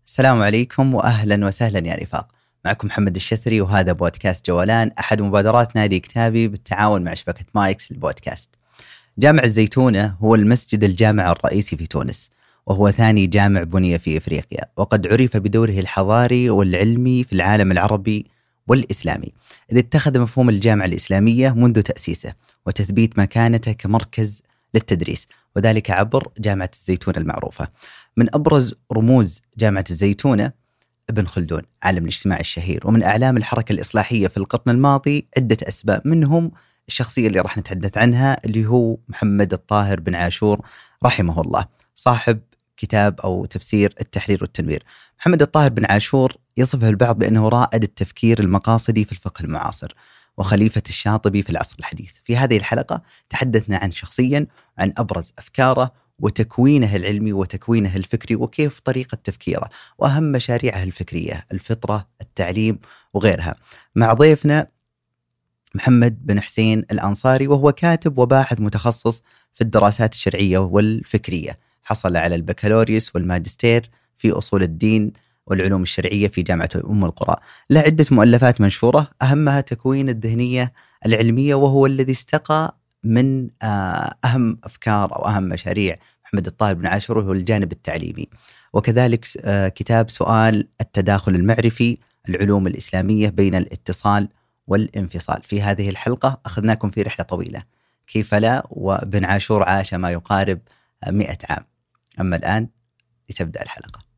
السلام عليكم وأهلا وسهلا يا رفاق. معكم محمد الشثري وهذا بودكاست جولان، أحد مبادرات نادي كتابي بالتعاون مع شبكة مايكس للبودكاست. جامع الزيتونة هو المسجد الجامع الرئيسي في تونس، وهو ثاني جامع بني في إفريقيا، وقد عرف بدوره الحضاري والعلمي في العالم العربي والإسلامي، إذ اتخذ مفهوم الجامعة الإسلامية منذ تأسيسه وتثبيت مكانته كمركز للتدريس، وذلك عبر جامعة الزيتونة المعروفة. من أبرز رموز جامعة الزيتونة ابن خلدون، عالم الاجتماع الشهير، ومن أعلام الحركة الإصلاحية في القرن الماضي عدة أسباب، منهم الشخصية اللي راح نتحدث عنها اللي هو محمد الطاهر بن عاشور رحمه الله، صاحب كتاب أو تفسير التحرير والتنوير. محمد الطاهر بن عاشور يصفه البعض بأنه رائد التفكير المقاصدي في الفقه المعاصر وخليفة الشاطبي في العصر الحديث. في هذه الحلقة تحدثنا عن شخصيا، عن أبرز أفكاره وتكوينه العلمي وتكوينه الفكري وكيف طريقة تفكيره وأهم مشاريعه الفكرية، الفطرة، التعليم وغيرها، مع ضيفنا محمد بن حسين الأنصاري، وهو كاتب وباحث متخصص في الدراسات الشرعية والفكرية. حصل على البكالوريوس والماجستير في أصول الدين والعلوم الشرعية في جامعة أم القرى. له عدة مؤلفات منشورة، أهمها تكوين الذهنية العلمية، وهو الذي استقى من أهم أفكار أو أهم مشاريع محمد الطاهر بن عاشور، وهو الجانب التعليمي. وكذلك كتاب سؤال التداخل المعرفي، العلوم الإسلامية بين الاتصال والانفصال. في هذه الحلقة أخذناكم في رحلة طويلة، كيف لا، وابن عاشور عاش ما يقارب 100 عام. أما الآن لتبدأ الحلقة.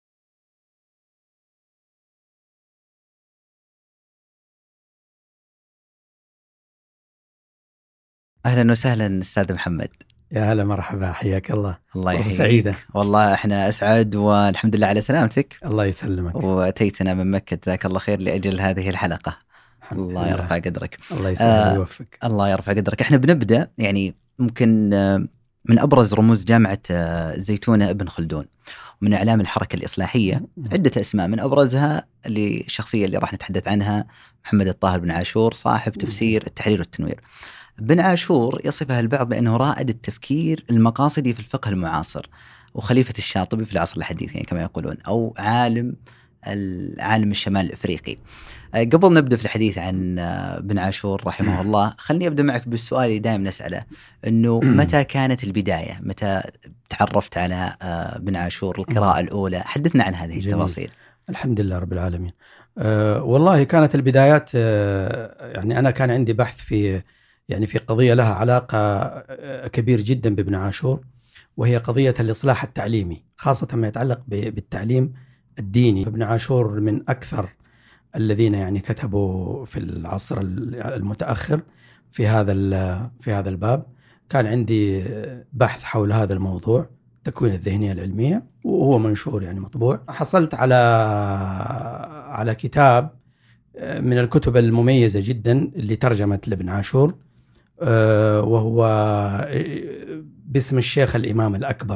أهلا وسهلا أستاذ محمد. يا هلا مرحبا، حياك الله. الله يحييك. سعيدة والله احنا أسعد، والحمد لله على سلامتك. الله يسلمك. وأتيتنا من مكة، جزاك الله خير، لأجل هذه الحلقة. الله يرفع قدرك. الله يسلمك ويوفقك. الله يرفع قدرك. احنا بنبدأ يعني ممكن من أبرز رموز جامعة الزيتونة ابن خلدون، ومن إعلام الحركة الإصلاحية عدة أسماء، من أبرزها الشخصية اللي راح نتحدث عنها محمد الطاهر بن عاشور، صاحب تفسير التحرير والتنوير. بن عاشور يصفه البعض بأنه رائد التفكير المقاصدي في الفقه المعاصر وخليفة الشاطبي في العصر الحديث، يعني كما يقولون، أو عالم الشمال الأفريقي. قبل نبدأ في الحديث عن بن عاشور رحمه الله، خلني أبدأ معك بالسؤال اللي دائما نسأله، أنه متى كانت البداية؟ متى تعرفت على بن عاشور القراءة الأولى؟ حدثنا عن هذه التفاصيل. الحمد لله رب العالمين. والله كانت البدايات، يعني أنا كان عندي بحث في قضية لها علاقة كبير جدا بابن عاشور، وهي قضية الإصلاح التعليمي، خاصة ما يتعلق بالتعليم الديني. ابن عاشور من أكثر الذين يعني كتبوا في العصر المتأخر في هذا الباب. كان عندي بحث حول هذا الموضوع، تكوين الذهنية العلمية، وهو منشور يعني مطبوع. حصلت على كتاب من الكتب المميزة جدا اللي ترجمت لابن عاشور، وهو باسم الشيخ الإمام الأكبر،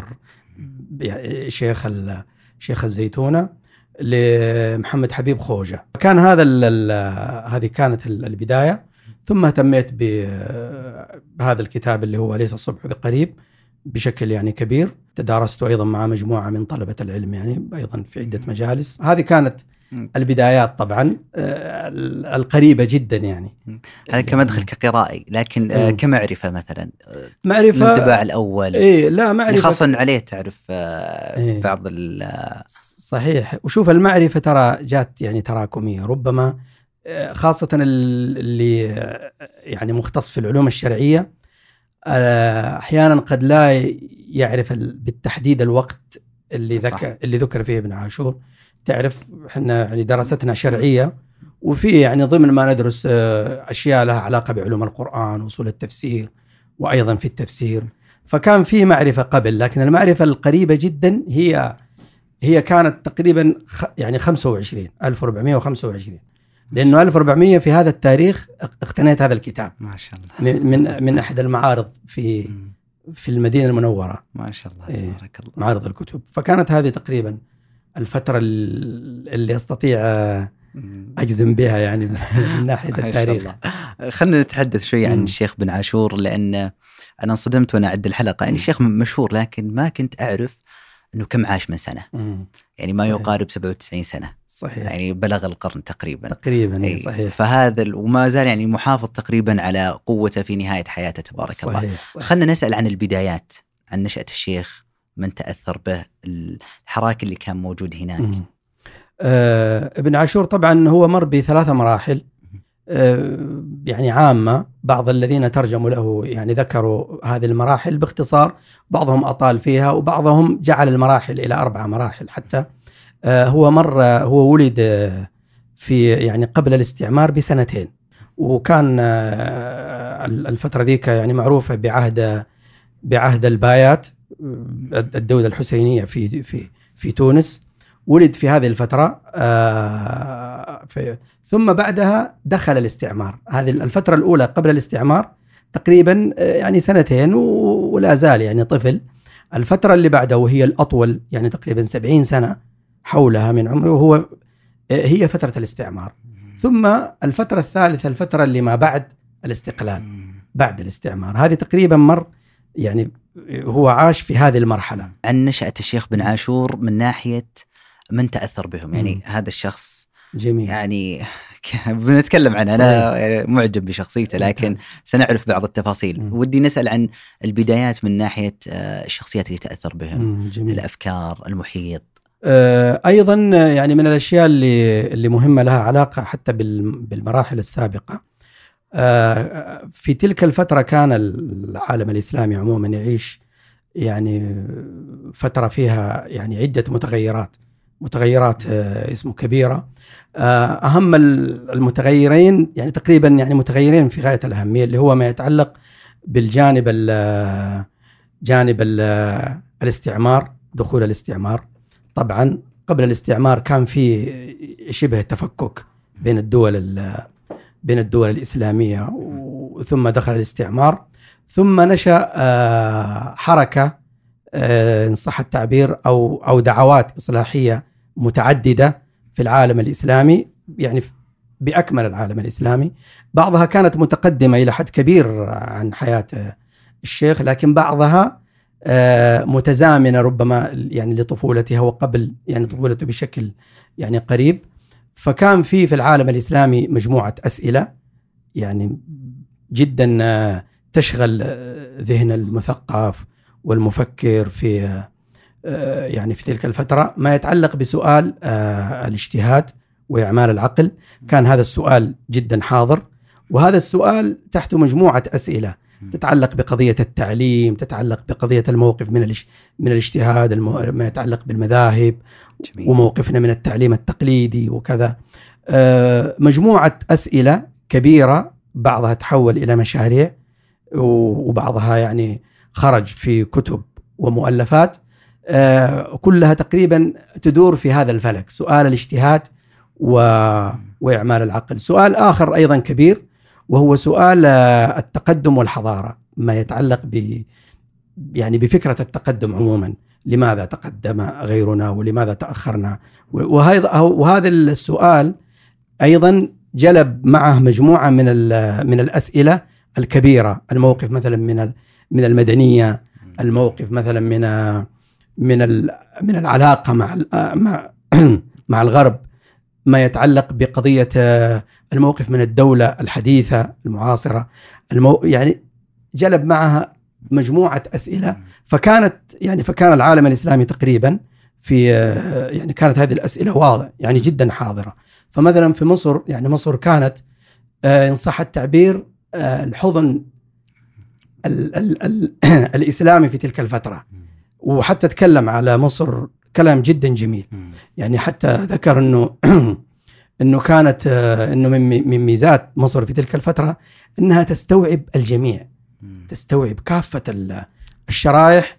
شيخ الزيتونة، لمحمد حبيب خوجة. كان هذه كانت البداية. ثم اهتميت بهذا الكتاب اللي هو ليس الصبح بقريب بشكل يعني كبير. تدارسته أيضا مع مجموعة من طلبة العلم، يعني أيضا في عدة مجالس. هذه كانت البدايات طبعا القريبة جدا، يعني هذا كمدخل كقرائي، لكن كمعرفة مثلا، معرفة الانطباع الأول. لا معرفة خاصة عليه تعرف بعض صحيح. وشوف المعرفة ترى جات يعني تراكمية، ربما خاصة اللي يعني مختص في العلوم الشرعية أحيانا قد لا يعرف بالتحديد الوقت اللي ذكر فيه ابن عاشور. تعرف احنا يعني دراستنا شرعية، وفي يعني ضمن ما ندرس أشياء لها علاقة بعلوم القرآن وأصول التفسير، وأيضا في التفسير. فكان في معرفة قبل، لكن المعرفة القريبة جدا هي كانت تقريبا يعني 1425، لأنه 1400 في هذا التاريخ اقتنيت هذا الكتاب ما شاء الله من أحد المعارض في المدينة المنورة، ما شاء الله تبارك الله، معارض الكتب. فكانت هذه تقريبا الفترة اللي أستطيع أجزم بها يعني من ناحية التاريخ. خلنا نتحدث شوي عن الشيخ بن عاشور، لأن أنا انصدمت وأنا أعد الحلقة. يعني الشيخ مشهور، لكن ما كنت أعرف أنه كم عاش من سنة، يعني ما صحيح. يقارب 97 سنة، صحيح. يعني بلغ القرن تقريبا صحيح. فهذا وما زال يعني محافظ تقريبا على قوته في نهاية حياته تبارك صحيح. الله. صحيح. خلنا نسأل عن البدايات، عن نشأة الشيخ، من تأثر به، الحراك اللي كان موجود هناك. ابن عاشور طبعا هو مر ب3 مراحل يعني عامة. بعض الذين ترجموا له يعني ذكروا هذه المراحل باختصار، بعضهم أطال فيها وبعضهم جعل المراحل إلى 4 مراحل حتى. هو ولد في يعني قبل الاستعمار ب2 وكان الفترة ذيك يعني معروفة بعهد البايات، الدولة الحسينية في تونس. ولد في هذه الفترة ثم بعدها دخل الاستعمار. هذه الفترة الأولى قبل الاستعمار تقريبا يعني 2 ولا زال يعني طفل. الفترة اللي بعدها وهي الأطول يعني تقريبا 70 سنة حولها من عمره هي فترة الاستعمار. ثم الفترة الثالثة الفترة اللي ما بعد الاستقلال بعد الاستعمار، هذه تقريبا مر يعني هو عاش في هذه المرحلة. عن نشأة الشيخ بن عاشور من ناحية من تأثر بهم، يعني هذا الشخص جميل يعني بنتكلم عنه. أنا معجب بشخصيته لكن سنعرف بعض التفاصيل. ودي نسأل عن البدايات من ناحية الشخصيات اللي تأثر بهم، الأفكار، المحيط. أيضا يعني من الأشياء اللي مهمة لها علاقة حتى بالمراحل السابقة. في تلك الفترة كان العالم الإسلامي عموما يعيش يعني فترة فيها يعني عدة متغيرات اسمه كبيرة. أهم المتغيرين يعني تقريبا يعني متغيرين في غاية الأهمية، اللي هو ما يتعلق بالجانب جانب الاستعمار، دخول الاستعمار. طبعا قبل الاستعمار كان في شبه تفكك بين الدول الإسلامية، ثم دخل الاستعمار، ثم نشأ حركة إن صح التعبير أو دعوات إصلاحية متعددة في العالم الإسلامي، يعني بأكمل العالم الإسلامي. بعضها كانت متقدمة إلى حد كبير عن حياة الشيخ، لكن بعضها متزامنة ربما يعني لطفولتها وقبل يعني طفولته بشكل يعني قريب. فكان في العالم الإسلامي مجموعة أسئلة يعني جدا تشغل ذهن المثقف والمفكر في يعني في تلك الفترة، ما يتعلق بسؤال الاجتهاد وإعمال العقل. كان هذا السؤال جدا حاضر، وهذا السؤال تحته مجموعة أسئلة تتعلق بقضية التعليم، تتعلق بقضية الموقف من الاجتهاد، ما يتعلق بالمذاهب. جميل. وموقفنا من التعليم التقليدي وكذا. مجموعة أسئلة كبيرة، بعضها تحول إلى مشاريع وبعضها يعني خرج في كتب ومؤلفات، كلها تقريبا تدور في هذا الفلك، سؤال الاجتهاد وإعمال العقل. سؤال آخر أيضا كبير وهو سؤال التقدم والحضارة، ما يتعلق يعني بفكرة التقدم عموما. لماذا تقدم غيرنا ولماذا تأخرنا؟ وهذا السؤال أيضا جلب معه مجموعة من الأسئلة الكبيرة. الموقف مثلا من المدنية، الموقف مثلا من العلاقة مع الغرب، ما يتعلق بقضية الموقف من الدولة الحديثة المعاصرة. يعني جلب معها مجموعة أسئلة. فكان العالم الإسلامي تقريبا يعني كانت هذه الأسئلة واضحة يعني جدا حاضرة. فمثلا في مصر، يعني مصر كانت إن صح التعبير الحضن الإسلامي في تلك الفترة. وحتى تكلم على مصر كلام جدا جميل، يعني حتى ذكر انه كانت انه من ميزات مصر في تلك الفترة انها تستوعب الجميع، تستوعب كافة الشرائح،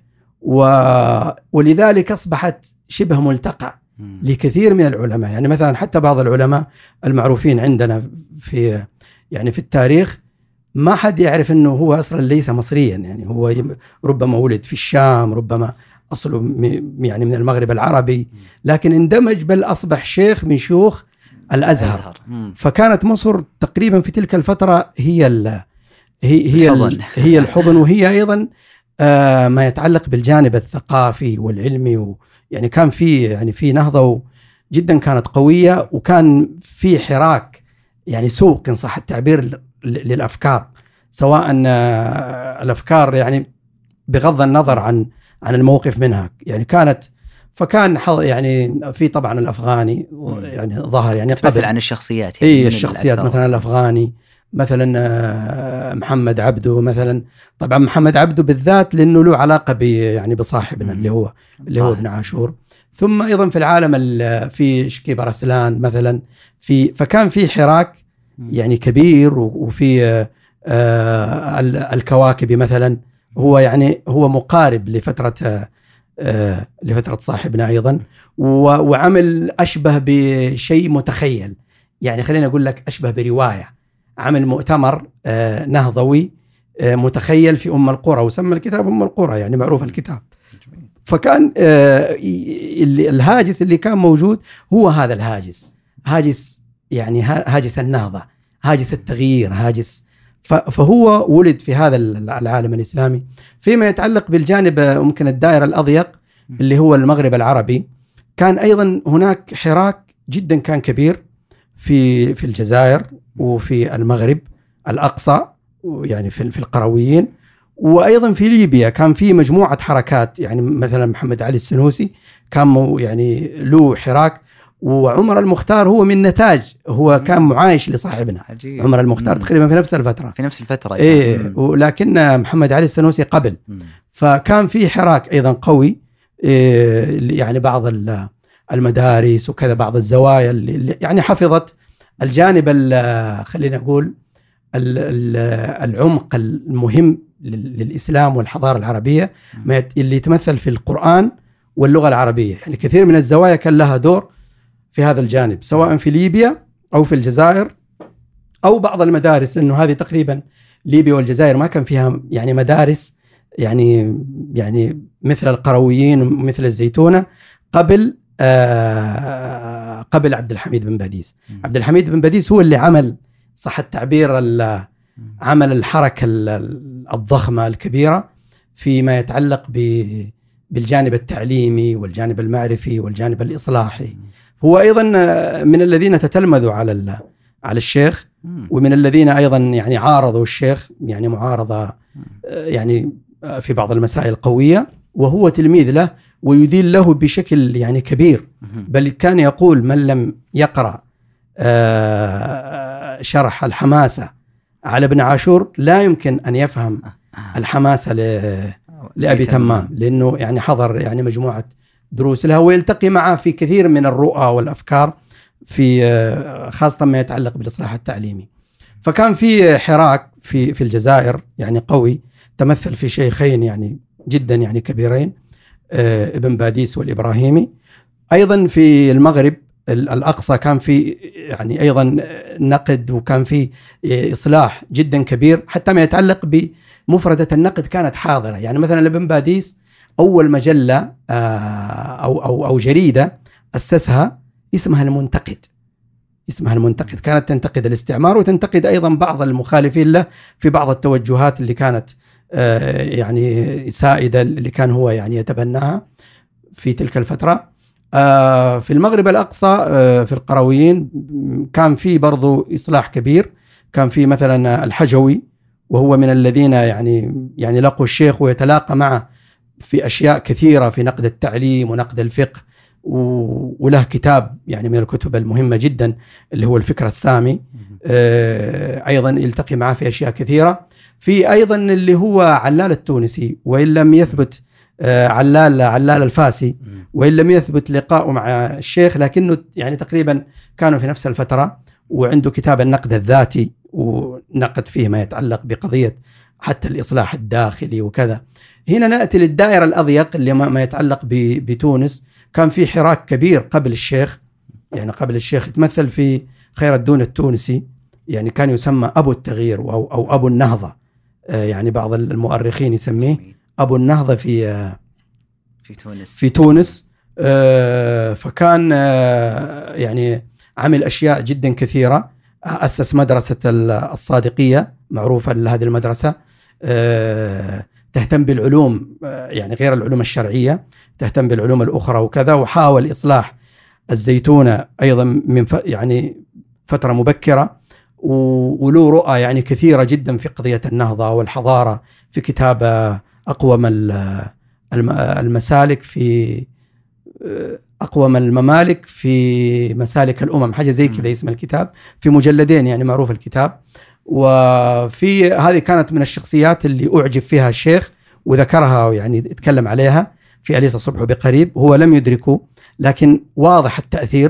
ولذلك اصبحت شبه ملتقى لكثير من العلماء. يعني مثلا حتى بعض العلماء المعروفين عندنا في التاريخ ما حد يعرف انه هو اصلا ليس مصريا، يعني هو ربما ولد في الشام، ربما اصله يعني من المغرب العربي، لكن اندمج بل اصبح شيخ من شيوخ الازهر. فكانت مصر تقريبا في تلك الفترة هي الحضن، وهي ايضا ما يتعلق بالجانب الثقافي والعلمي، يعني كان في نهضة جدا كانت قوية، وكان في حراك يعني سوق إن صح التعبير للأفكار، سواء الأفكار يعني بغض النظر عن الموقف منها، يعني فكان يعني في طبعا الأفغاني يعني ظهر يعني تمثل عن الشخصيات يعني الشخصيات مثلا الأفغاني، مثلا محمد عبده مثلا. طبعا محمد عبده بالذات لأنه له علاقة يعني بصاحبنا اللي هو ابن عاشور. ثم أيضا في العالم في شكيب رسلان مثلا، فكان في حراك يعني كبير. وفي الكواكبي مثلا، هو مقارب لفترة صاحبنا أيضا، وعمل أشبه بشيء متخيل، يعني خلينا أقول لك أشبه برواية. عمل مؤتمر نهضوي متخيل في أم القرى، وسمى الكتاب أم القرى، يعني معروف الكتاب. فكان الهاجس اللي كان موجود هو هذا هاجس يعني هاجس النهضة، هاجس التغيير، فهو ولد في هذا العالم الإسلامي. فيما يتعلق بالجانب ممكن الدائرة الأضيق اللي هو المغرب العربي، كان أيضا هناك حراك جدا كان كبير في الجزائر وفي المغرب الأقصى، يعني في القرويين، وأيضا في ليبيا كان في مجموعة حركات، يعني مثلا محمد علي السنوسي كان يعني له حراك، وعمر المختار هو من نتاج، هو كان معايش لصاحبنا عجيب. عمر المختار تقريبا في نفس الفترة إيه، ولكن محمد علي السنوسي قبل. فكان في حراك أيضا قوي، يعني بعض المدارس وكذا، بعض الزوايا اللي يعني حفظت الجانب خلينا نقول العمق المهم للإسلام والحضارة العربية، اللي يتمثل في القرآن واللغة العربية. يعني كثير من الزوايا كان لها دور في هذا الجانب، سواء في ليبيا أو في الجزائر أو بعض المدارس، لأنه هذه تقريبا ليبيا والجزائر ما كان فيها يعني مدارس يعني مثل القرويين ومثل الزيتونة قبل عبد الحميد بن باديس. عبد الحميد بن باديس هو اللي عمل صح التعبير عمل الحركة الضخمة الكبيرة فيما يتعلق بالجانب التعليمي والجانب المعرفي والجانب الإصلاحي. هو أيضا من الذين تتلمذوا على الشيخ، ومن الذين أيضا يعني عارضوا الشيخ، يعني معارضة يعني في بعض المسائل القوية، وهو تلميذ له ويدين له بشكل يعني كبير. بل كان يقول من لم يقرأ شرح الحماسة على ابن عاشور لا يمكن أن يفهم الحماسة لأبي تمام، لأنه يعني حضر يعني مجموعة دروس لها، ويلتقي معه في كثير من الرؤى والأفكار، في خاصة ما يتعلق بالإصلاح التعليمي. فكان في حراك في الجزائر يعني قوي، تمثل في شيخين يعني جدا يعني كبيرين، ابن باديس والإبراهيمي. أيضا في المغرب الأقصى كان في يعني أيضا نقد، وكان في إصلاح جدا كبير، حتى ما يتعلق بمفردة النقد كانت حاضرة. يعني مثلا ابن باديس أول مجلة أو جريدة أسسها اسمها المنتقد. كانت تنتقد الاستعمار، وتنتقد أيضا بعض المخالفين له في بعض التوجهات اللي كانت يعني سائدة، اللي كان هو يعني يتبناها في تلك الفترة. في المغرب الأقصى في القرويين كان في برضو إصلاح كبير. كان في مثلا الحجوي، وهو من الذين يعني لقوا الشيخ ويتلاقى معه في أشياء كثيرة في نقد التعليم ونقد الفقه، وله كتاب يعني من الكتب المهمة جدا اللي هو الفكر السامي. أيضا يلتقي معه في أشياء كثيرة. في أيضا اللي هو علال التونسي، وإن لم يثبت علال الفاسي، وإن لم يثبت لقاءه مع الشيخ، لكنه يعني تقريبا كانوا في نفس الفترة، وعنده كتاب النقد الذاتي، ونقد فيه ما يتعلق بقضية حتى الإصلاح الداخلي وكذا. هنا نأتي للدائرة الأضيق اللي ما يتعلق بتونس. كان في حراك كبير قبل الشيخ، يعني قبل الشيخ يتمثل في خير الدون التونسي، يعني كان يسمى أبو التغيير أو أبو النهضة، يعني بعض المؤرخين يسميه أبو النهضة في تونس. فكان يعني عمل أشياء جدا كثيرة. أسس مدرسة الصادقية، معروفة لهذه المدرسة، تهتم بالعلوم يعني غير العلوم الشرعية، تهتم بالعلوم الأخرى وكذا. وحاول إصلاح الزيتونة أيضا من يعني فترة مبكرة، وله رؤى يعني كثيرة جدا في قضية النهضة والحضارة، في كتاب أقوم المسالك في أقوم الممالك في مسالك الأمم، حاجة زي كذا اسم الكتاب، في مجلدين يعني معروف الكتاب. وفي هذه كانت من الشخصيات اللي أعجب فيها الشيخ وذكرها يعني اتكلم عليها في أليس الصبح بقريب. هو لم يدركه لكن واضح التأثير.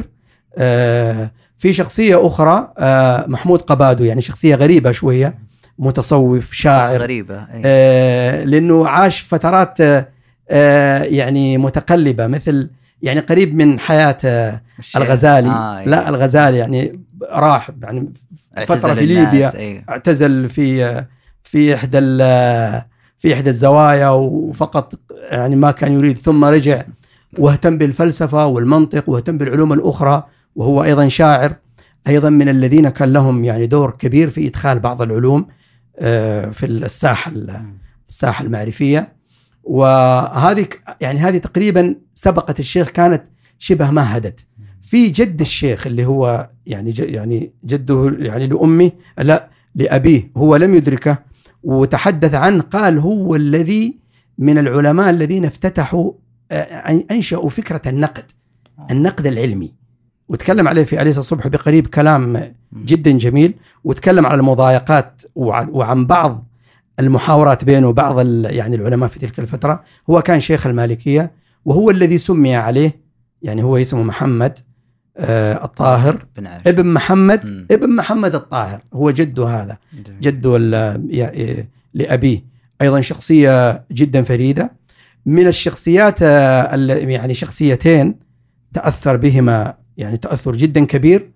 في شخصية أخرى محمود قبادو، يعني شخصية غريبة شوية، متصوف شاعر غريبة لأنه عاش فترات يعني متقلبة، مثل يعني قريب من حياة الغزالي. لا الغزالي يعني راح يعني فترة في ليبيا، اعتزل في إحدى الزوايا وفقط يعني ما كان يريد، ثم رجع واهتم بالفلسفة والمنطق واهتم بالعلوم الأخرى. وهو أيضا شاعر، أيضا من الذين كان لهم يعني دور كبير في إدخال بعض العلوم في الساحة المعرفية. وهذه يعني هذه تقريبا سبقت الشيخ، كانت شبه مهدت. في جد الشيخ اللي هو يعني جده يعني لأمه، لا لأبيه، هو لم يدركه وتحدث عنه، قال هو الذي من العلماء الذين افتتحوا أنشأوا فكرة النقد العلمي، وتكلم عليه في أليس الصبح بقريب كلام جدا جميل، وتكلم على المضايقات وعن بعض المحاورات بينه وبعض يعني العلماء في تلك الفترة. هو كان شيخ المالكية، وهو الذي سمي عليه، يعني هو اسمه محمد الطاهر ابن محمد الطاهر، هو جده، هذا جده لأبيه. أيضا شخصية جدا فريدة، من الشخصيات يعني شخصيتين تأثر بهما يعني تأثر جدا كبير.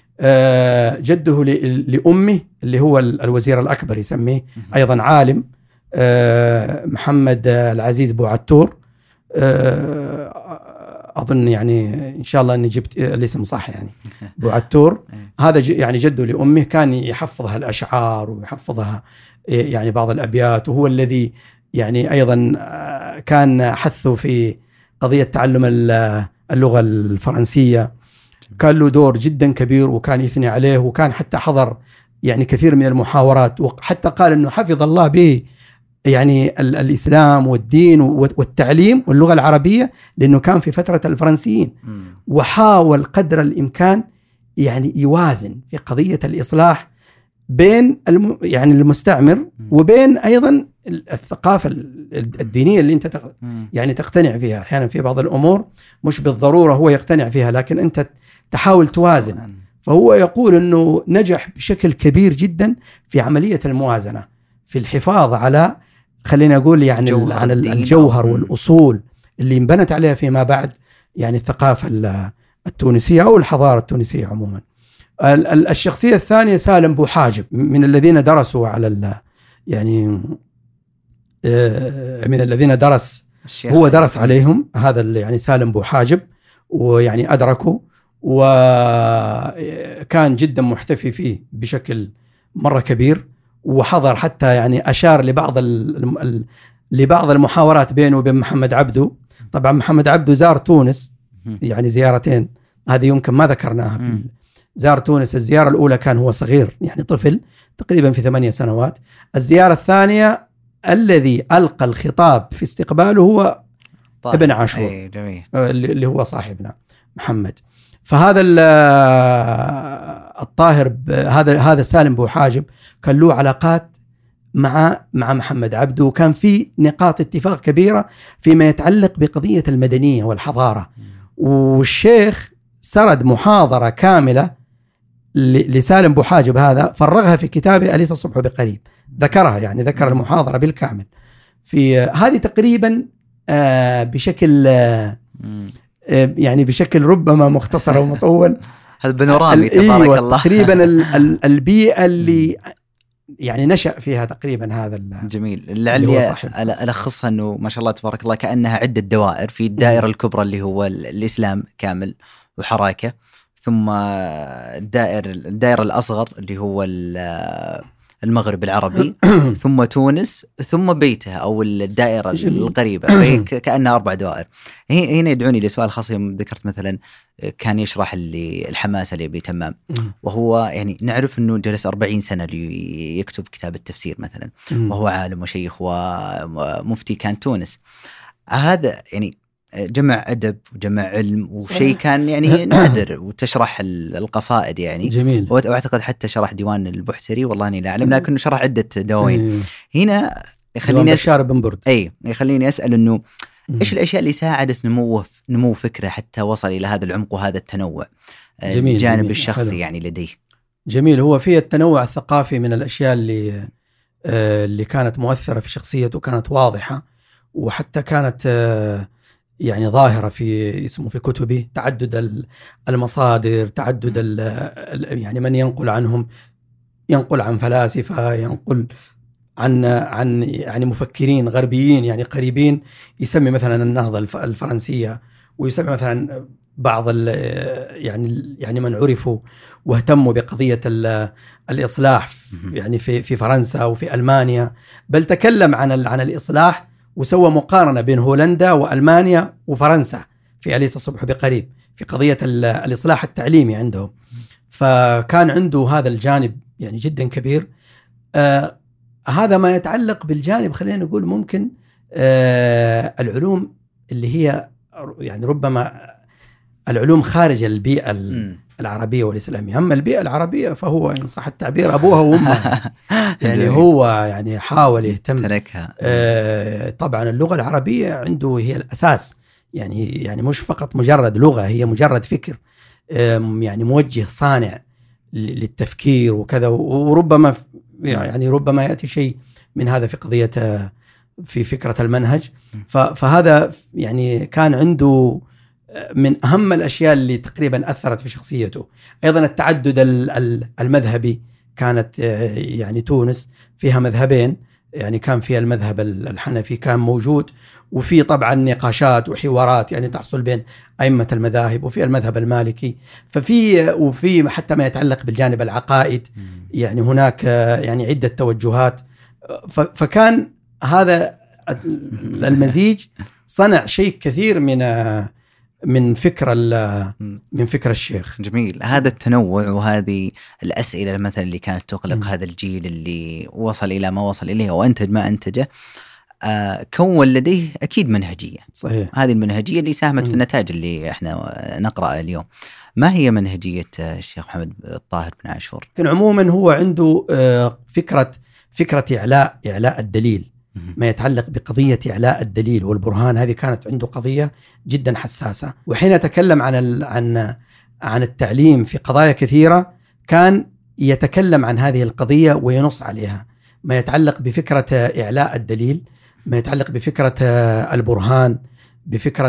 جده لأمه اللي هو الوزير الأكبر يسميه، أيضا عالم، محمد العزيز بوعتور. أظن يعني إن شاء الله أني جبت الاسم صح، يعني بوعتور. هذا يعني جده لأمه، كان يحفظها الأشعار ويحفظها يعني بعض الأبيات، وهو الذي يعني أيضا كان حثه في قضية تعلم اللغة الفرنسية، كان له دور جدا كبير وكان يثني عليه، وكان حتى حضر يعني كثير من المحاورات، وحتى قال أنه حفظ الله به يعني الإسلام والدين والتعليم واللغة العربية، لأنه كان في فترة الفرنسيين، وحاول قدر الإمكان يعني يوازن في قضية الإصلاح بين يعني المستعمر وبين أيضا الثقافة الدينية اللي أنت يعني تقتنع فيها. أحيانا في بعض الأمور مش بالضرورة هو يقتنع فيها، لكن أنت تحاول توازن. فهو يقول أنه نجح بشكل كبير جدا في عملية الموازنة، في الحفاظ على خلينا أقول يعني عن الجوهر والأصول اللي انبنت عليها فيما بعد يعني الثقافة التونسية أو الحضارة التونسية عموما. الشخصية الثانية سالم بوحاجب، من الذين درسوا على يعني من الذين هو درس عليهم، هذا يعني سالم بوحاجب، ويعني أدركه، وكان جدا محتفي فيه بشكل مرة كبير، وحضر حتى يعني أشار لبعض المحاورات بينه وبين محمد عبده. طبعا محمد عبده زار تونس يعني زيارتين، هذه يمكن ما ذكرناها. زار تونس، الزيارة الأولى كان هو صغير يعني طفل تقريبا في 8 سنوات. الزيارة الثانية الذي ألقى الخطاب في استقباله هو ابن عاشور، اللي هو صاحبنا محمد. فهذا الطاهر هذا سالم بوحاجب كان له علاقات مع محمد عبده، وكان في نقاط اتفاق كبيرة فيما يتعلق بقضية المدنية والحضارة. والشيخ سرد محاضرة كاملة لسالم بوحاجب هذا، فرغها في كتابه أليس الصبح بقريب، ذكرها يعني ذكر المحاضرة بالكامل في هذه تقريبا بشكل يعني بشكل ربما مختصر ومطول. هذا بنورامي تبارك الله. تقريبا البيئة اللي يعني نشأ فيها تقريبا هذا جميل. لعلي ألخصها أنه ما شاء الله تبارك الله كأنها عدة دوائر، في الدائرة الكبرى اللي هو الإسلام كامل وحراكة، ثم الدائرة الأصغر اللي هو المغرب العربي ثم تونس ثم بيته أو الدائرة القريبة، فهي كأنها 4 دوائر. هنا يدعوني لسؤال خاص. يوم ذكرت مثلا كان يشرح الحماسة لأبي تمام، وهو يعني نعرف أنه جلس 40 سنة ليكتب كتاب التفسير مثلا، وهو عالم وشيخ ومفتي كان تونس. هذا يعني جمع أدب وجمع علم وشيء كان يعني نادر، وتشرح القصائد يعني جميل. وأعتقد حتى شرح ديوان البحتري، والله أني لا أعلم، لكنه شرح عدة دواوين. هنا يخليني بشار بن برد. يخليني أسأل أنه إيش الأشياء اللي ساعدت نمو فكرة حتى وصل إلى هذا العمق وهذا التنوع؟ جميل. الجانب جميل. الشخصي حلو. يعني لديه. جميل. هو في التنوع الثقافي من الأشياء اللي كانت مؤثرة في شخصيته، كانت واضحة، وحتى كانت يعني ظاهرة في كتبه. تعدد المصادر، تعدد يعني من ينقل عنهم، ينقل عن فلاسفة، ينقل عن يعني مفكرين غربيين يعني قريبين. يسمي مثلا النهضة الفرنسية، ويسمي مثلا بعض يعني من عرفوا واهتموا بقضية الإصلاح يعني في فرنسا وفي ألمانيا، بل تكلم عن الإصلاح وسوى مقارنة بين هولندا وألمانيا وفرنسا في أليس الصبح بقريب في قضية الإصلاح التعليمي عندهم. فكان عنده هذا الجانب يعني جدا كبير. هذا ما يتعلق بالجانب، خلينا نقول ممكن العلوم اللي هي يعني ربما العلوم خارج البيئة العربية والإسلامية. أما البيئة العربية فهو إن صح التعبير أبوها وأمها يعني هو يعني حاول يهتم. طبعا اللغة العربية عنده هي الأساس، يعني مش فقط مجرد لغة، هي مجرد فكر يعني موجه صانع للتفكير وكذا. وربما يعني ربما يأتي شيء من هذا في قضية في فكرة المنهج. فهذا يعني كان عنده من أهم الأشياء اللي تقريبا أثرت في شخصيته. أيضا التعدد المذهبي، كانت يعني تونس فيها مذهبين، يعني كان فيها المذهب الحنفي كان موجود، وفي طبعا نقاشات وحوارات يعني تحصل بين أئمة المذاهب، وفي المذهب المالكي. وفي حتى ما يتعلق بالجانب العقائد يعني هناك يعني عدة توجهات. فكان هذا المزيج صنع شيء كثير من فكر الشيخ. جميل. هذا التنوع وهذه الأسئلة مثلا اللي كانت تقلق هذا الجيل اللي وصل إلى ما وصل إليه وأنتج ما أنتجه، كون لديه أكيد منهجية. صحيح. هذه المنهجية اللي ساهمت في النتائج اللي إحنا نقرأ اليوم. ما هي منهجية الشيخ محمد الطاهر بن عاشور؟ كان عموما هو عنده فكرة إعلاء الدليل، ما يتعلق بقضية إعلاء الدليل والبرهان. هذه كانت عنده قضية جدا حساسة. وحين تكلم عن التعليم في قضايا كثيرة، كان يتكلم عن هذه القضية وينص عليها، ما يتعلق بفكرة إعلاء الدليل، ما يتعلق بفكرة البرهان، بفكرة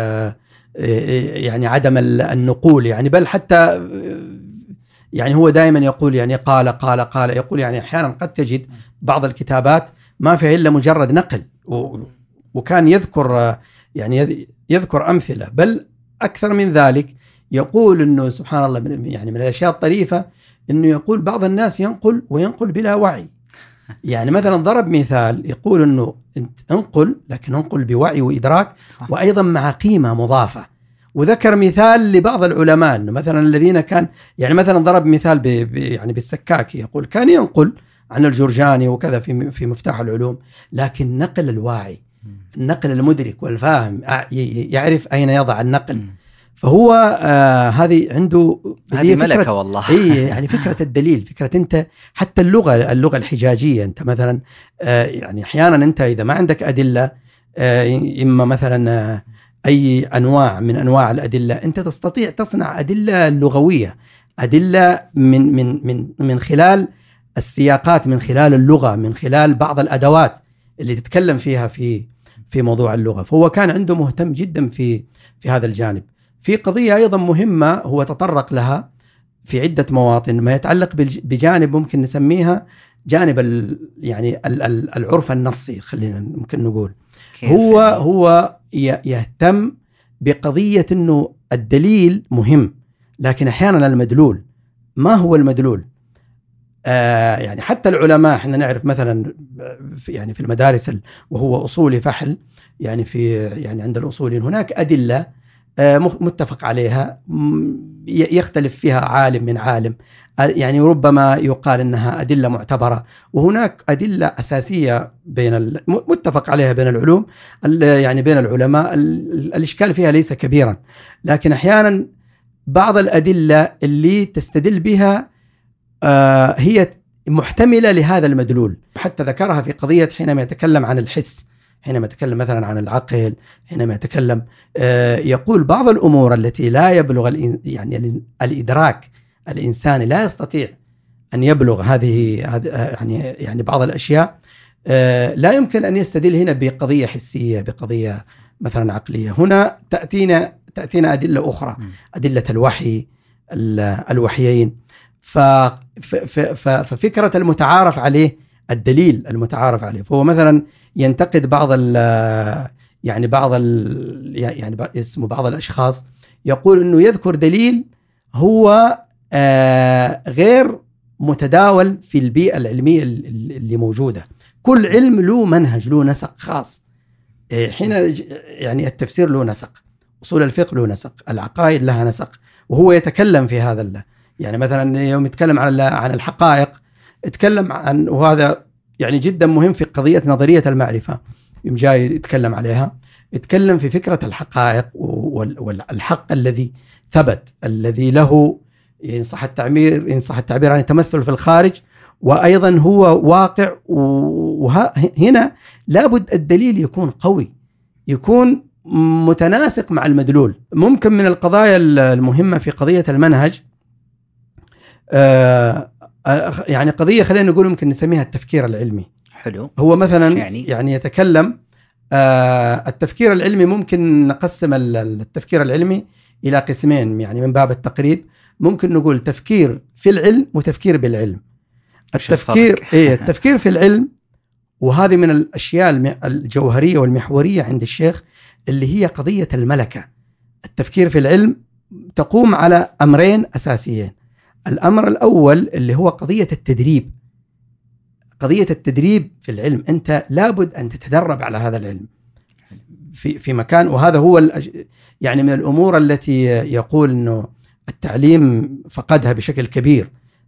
يعني عدم النقول يعني، بل حتى يعني هو دائما يقول يعني قال يقول يعني أحيانا قد تجد بعض الكتابات ما فيها إلا مجرد نقل، وكان يذكر أمثلة، بل أكثر من ذلك يقول إنه سبحان الله يعني من الأشياء الطريفة إنه يقول بعض الناس ينقل وينقل بلا وعي. يعني مثلا ضرب مثال يقول إنه أنت انقل، لكن انقل بوعي وإدراك، وأيضا مع قيمة مضافة. وذكر مثال لبعض العلماء إنه مثلا الذين كان يعني مثلا ضرب مثال يعني بالسكاكي، يقول كان ينقل عن الجرجاني وكذا في مفتاح العلوم، لكن نقل الواعي، النقل المدرك والفاهم، يعرف أين يضع النقل. فهو هذه عنده هذه ملكة والله. يعني فكرة الدليل، فكرة أنت حتى اللغة الحجاجية، أنت مثلا يعني أحيانا أنت إذا ما عندك أدلة، إما مثلا أي أنواع من أنواع الأدلة، أنت تستطيع تصنع أدلة لغوية، أدلة من خلال السياقات، من خلال اللغة، من خلال بعض الأدوات اللي تتكلم فيها في موضوع اللغة. فهو كان عنده مهتم جدا في هذا الجانب. في قضية أيضا مهمة هو تطرق لها في عدة مواطن، ما يتعلق بجانب ممكن نسميها جانب يعني العرف النصي، خلينا ممكن نقول. هو يهتم بقضية أنه الدليل مهم، لكن أحيانا المدلول. ما هو المدلول؟ يعني حتى العلماء احنا نعرف مثلا يعني في المدارس وهو أصولي فحل، يعني يعني عند الأصوليين هناك أدلة متفق عليها يختلف فيها عالم من عالم، يعني ربما يقال أنها أدلة معتبرة، وهناك أدلة أساسية متفق عليها بين العلوم، يعني بين العلماء الإشكال فيها ليس كبيرا. لكن أحيانا بعض الأدلة اللي تستدل بها هي محتملة لهذا المدلول، حتى ذكرها في قضية حينما يتكلم عن الحس، حينما يتكلم مثلا عن العقل، حينما يتكلم يقول بعض الأمور التي لا يبلغ يعني الإدراك الإنساني لا يستطيع أن يبلغ هذه يعني بعض الأشياء لا يمكن أن يستدل هنا بقضية حسية، بقضية مثلا عقلية. هنا تأتينا أدلة أخرى، أدلة الوحي، الوحيين. ففكرة المتعارف عليه، الدليل المتعارف عليه، فهو مثلا ينتقد اسمه بعض الأشخاص يقول أنه يذكر دليل هو غير متداول في البيئة العلمية اللي موجودة. كل علم له منهج، له نسق خاص. حين يعني التفسير له نسق، أصول الفقه له نسق، العقائد لها نسق، وهو يتكلم في هذا. يعني مثلا يوم يتكلم عن الحقائق، يتكلم عن، وهذا يعني جدا مهم في قضية نظرية المعرفة، يوم جاي يتكلم عليها، يتكلم في فكرة الحقائق والحق الذي ثبت، الذي له إن صح التعبير عن التمثل في الخارج، وأيضا هو واقع. وهنا لابد الدليل يكون قوي، يكون متناسق مع المدلول. ممكن من القضايا المهمة في قضية المنهج يعني قضية خلينا نقول ممكن نسميها التفكير العلمي. حلو. هو مثلا يعني يتكلم التفكير العلمي، ممكن نقسم التفكير العلمي إلى قسمين، يعني من باب التقريب ممكن نقول تفكير في العلم وتفكير بالعلم. التفكير في العلم، وهذه من الأشياء الجوهرية والمحورية عند الشيخ، اللي هي قضية الملكة. التفكير في العلم تقوم على أمرين أساسيين. الأمر الأول اللي هو قضية التدريب. قضية التدريب في العلم، أنت لابد أن تتدرب على هذا العلم في مكان، وهذا هو يعني من الأمور التي يقول أنه التعليم فقدها بشكل كبير،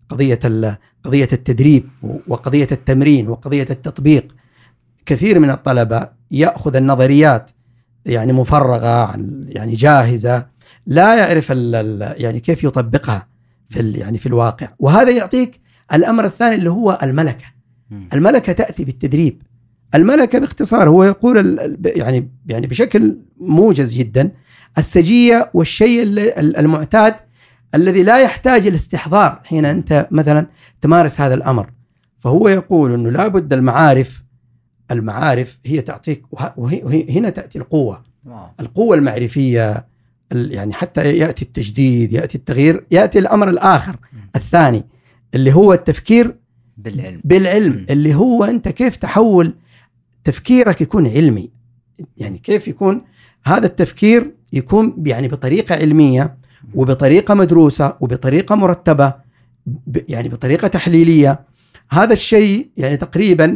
قضية التدريب وقضية التمرين وقضية التطبيق. كثير من الطلبة يأخذ النظريات يعني مفرغة، يعني جاهزة، لا يعرف يعني كيف يطبقها في الواقع. وهذا يعطيك الأمر الثاني اللي هو الملكة. الملكة تأتي بالتدريب. الملكة باختصار هو يقول يعني بشكل موجز جدا، السجية والشيء المعتاد الذي لا يحتاج الاستحضار حين أنت مثلا تمارس هذا الأمر. فهو يقول أنه لابد المعارف هي تعطيك، وهنا تأتي القوة المعرفية، يعني حتى يأتي التجديد، يأتي التغيير، يأتي الأمر الآخر الثاني اللي هو التفكير بالعلم، اللي هو أنت كيف تحول تفكيرك يكون علمي، يعني كيف يكون هذا التفكير يكون يعني بطريقة علمية وبطريقة مدروسة وبطريقة مرتبة، يعني بطريقة تحليلية. هذا الشيء يعني تقريبا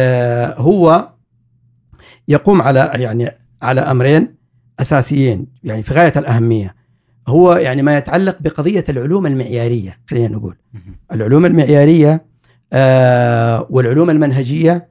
هو يقوم على أمرين أساسيين يعني في غاية الأهمية. هو يعني ما يتعلق بقضية العلوم المعيارية، خلينا نقول العلوم المعيارية والعلوم المنهجية،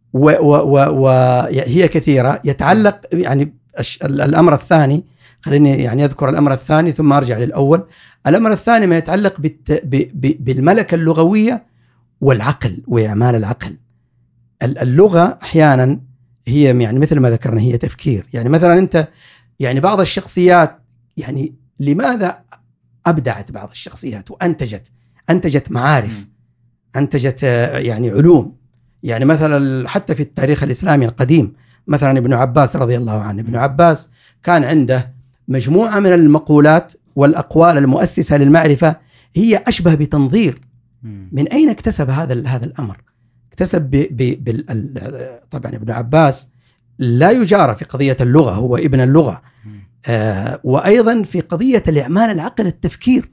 وهي كثيرة. يتعلق يعني الأمر الثاني، خليني يعني أذكر الأمر الثاني ثم أرجع للأول. الأمر الثاني ما يتعلق بالملكة اللغوية والعقل وإعمال العقل. اللغة أحيانا هي يعني مثل ما ذكرنا هي تفكير. يعني مثلا أنت يعني بعض الشخصيات، يعني لماذا أبدعت بعض الشخصيات وأنتجت معارف، أنتجت يعني علوم. يعني مثلا حتى في التاريخ الإسلامي القديم، مثلا ابن عباس رضي الله عنه، ابن عباس كان عنده مجموعة من المقولات والأقوال المؤسسة للمعرفة، هي أشبه بتنظير. من أين اكتسب هذا الأمر؟ اكتسب طبعا ابن عباس لا يجارى في قضية اللغة، هو ابن اللغة، وأيضا في قضية الإعمال العقل، التفكير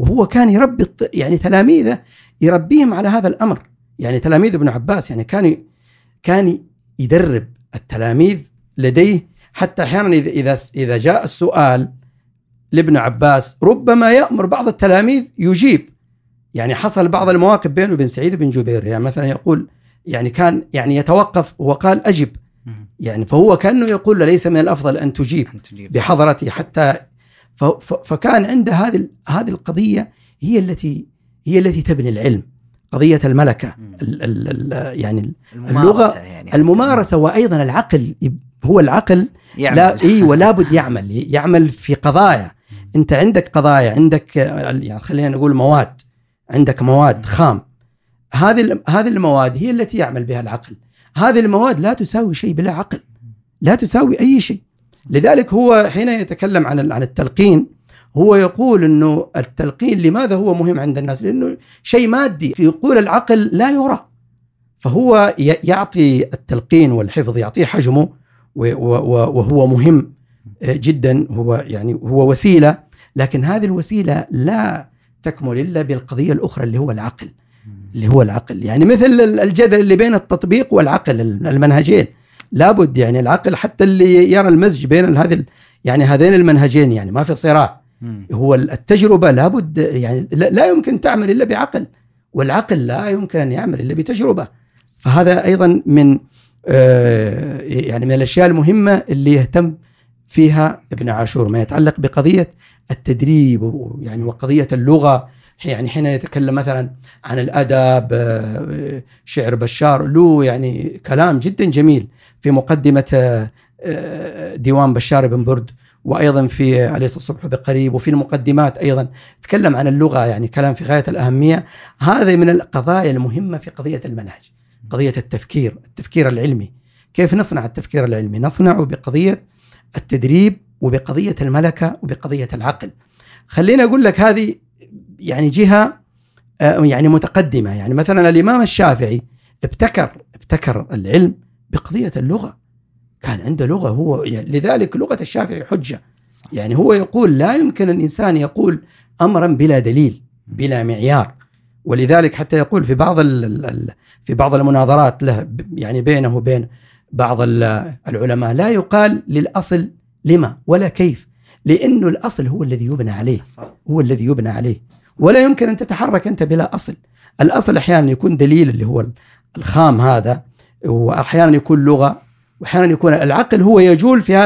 وهو كان يربي يعني تلاميذه يربيهم على هذا الأمر. يعني تلاميذ ابن عباس يعني كان يدرب التلاميذ لديه، حتى أحيانا إذا جاء السؤال لابن عباس ربما يأمر بعض التلاميذ يجيب. يعني حصل بعض المواقف بينه وبين سعيد بن جبير، يعني مثلا يقول يعني كان يعني يتوقف وقال أجب، يعني فهو كأنه يقول ليس من الأفضل أن تجيب بحضرتي حتى. فكان عند هذه القضية هي التي تبني العلم، قضية الملكة، يعني اللغة، يعني الممارسة، وأيضا العقل. هو العقل ولا بد يعمل في قضايا. أنت عندك قضايا، عندك يعني خلينا نقول مواد، عندك مواد خام، هذه المواد هي التي يعمل بها العقل. هذه المواد لا تساوي شيء بلا عقل، لا تساوي أي شيء. لذلك هو حين يتكلم عن التلقين هو يقول أنه التلقين لماذا هو مهم عند الناس؟ لأنه شيء مادي، يقول العقل لا يرى، فهو يعطي التلقين والحفظ يعطيه حجمه، وهو مهم جدا. هو وسيلة، لكن هذه الوسيلة لا تكمل إلا بالقضية الأخرى اللي هو العقل. يعني مثل الجدل اللي بين التطبيق والعقل، المنهجين لابد يعني العقل حتى اللي يرى المزج بين هذين المنهجين، يعني ما في صراع. هو التجربة لابد يعني لا يمكن تعمل إلا بعقل، والعقل لا يمكن أن يعمل إلا بتجربة. فهذا أيضا من الأشياء المهمة اللي يهتم فيها ابن عاشور، ما يتعلق بقضية التدريب وقضية اللغة. يعني حين يتكلم مثلا عن الأدب، شعر بشار له يعني كلام جدا جميل في مقدمة ديوان بشار بن برد، وأيضا في أليس الصبح بقريب، وفي المقدمات أيضا تكلم عن اللغة، يعني كلام في غاية الأهمية. هذا من القضايا المهمة في قضية المنهج، قضية التفكير العلمي. كيف نصنع التفكير العلمي؟ نصنعه بقضية التدريب، وبقضية الملكة، وبقضية العقل. خليني أقول لك هذه يعني جهة يعني متقدمة. يعني مثلا الإمام الشافعي ابتكر العلم بقضية اللغة، كان عنده لغة هو، يعني لذلك لغة الشافعي حجة. يعني هو يقول لا يمكن الإنسان يقول أمرا بلا دليل بلا معيار. ولذلك حتى يقول في بعض المناظرات له يعني بينه وبين بعض العلماء لا يقال للأصل لما ولا كيف، لأنه الأصل هو الذي يبنى عليه، ولا يمكن أن تتحرك أنت بلا أصل. الأصل أحيانا يكون دليل اللي هو الخام هذا، وأحيانا يكون لغة، وأحيانا يكون العقل هو يجول في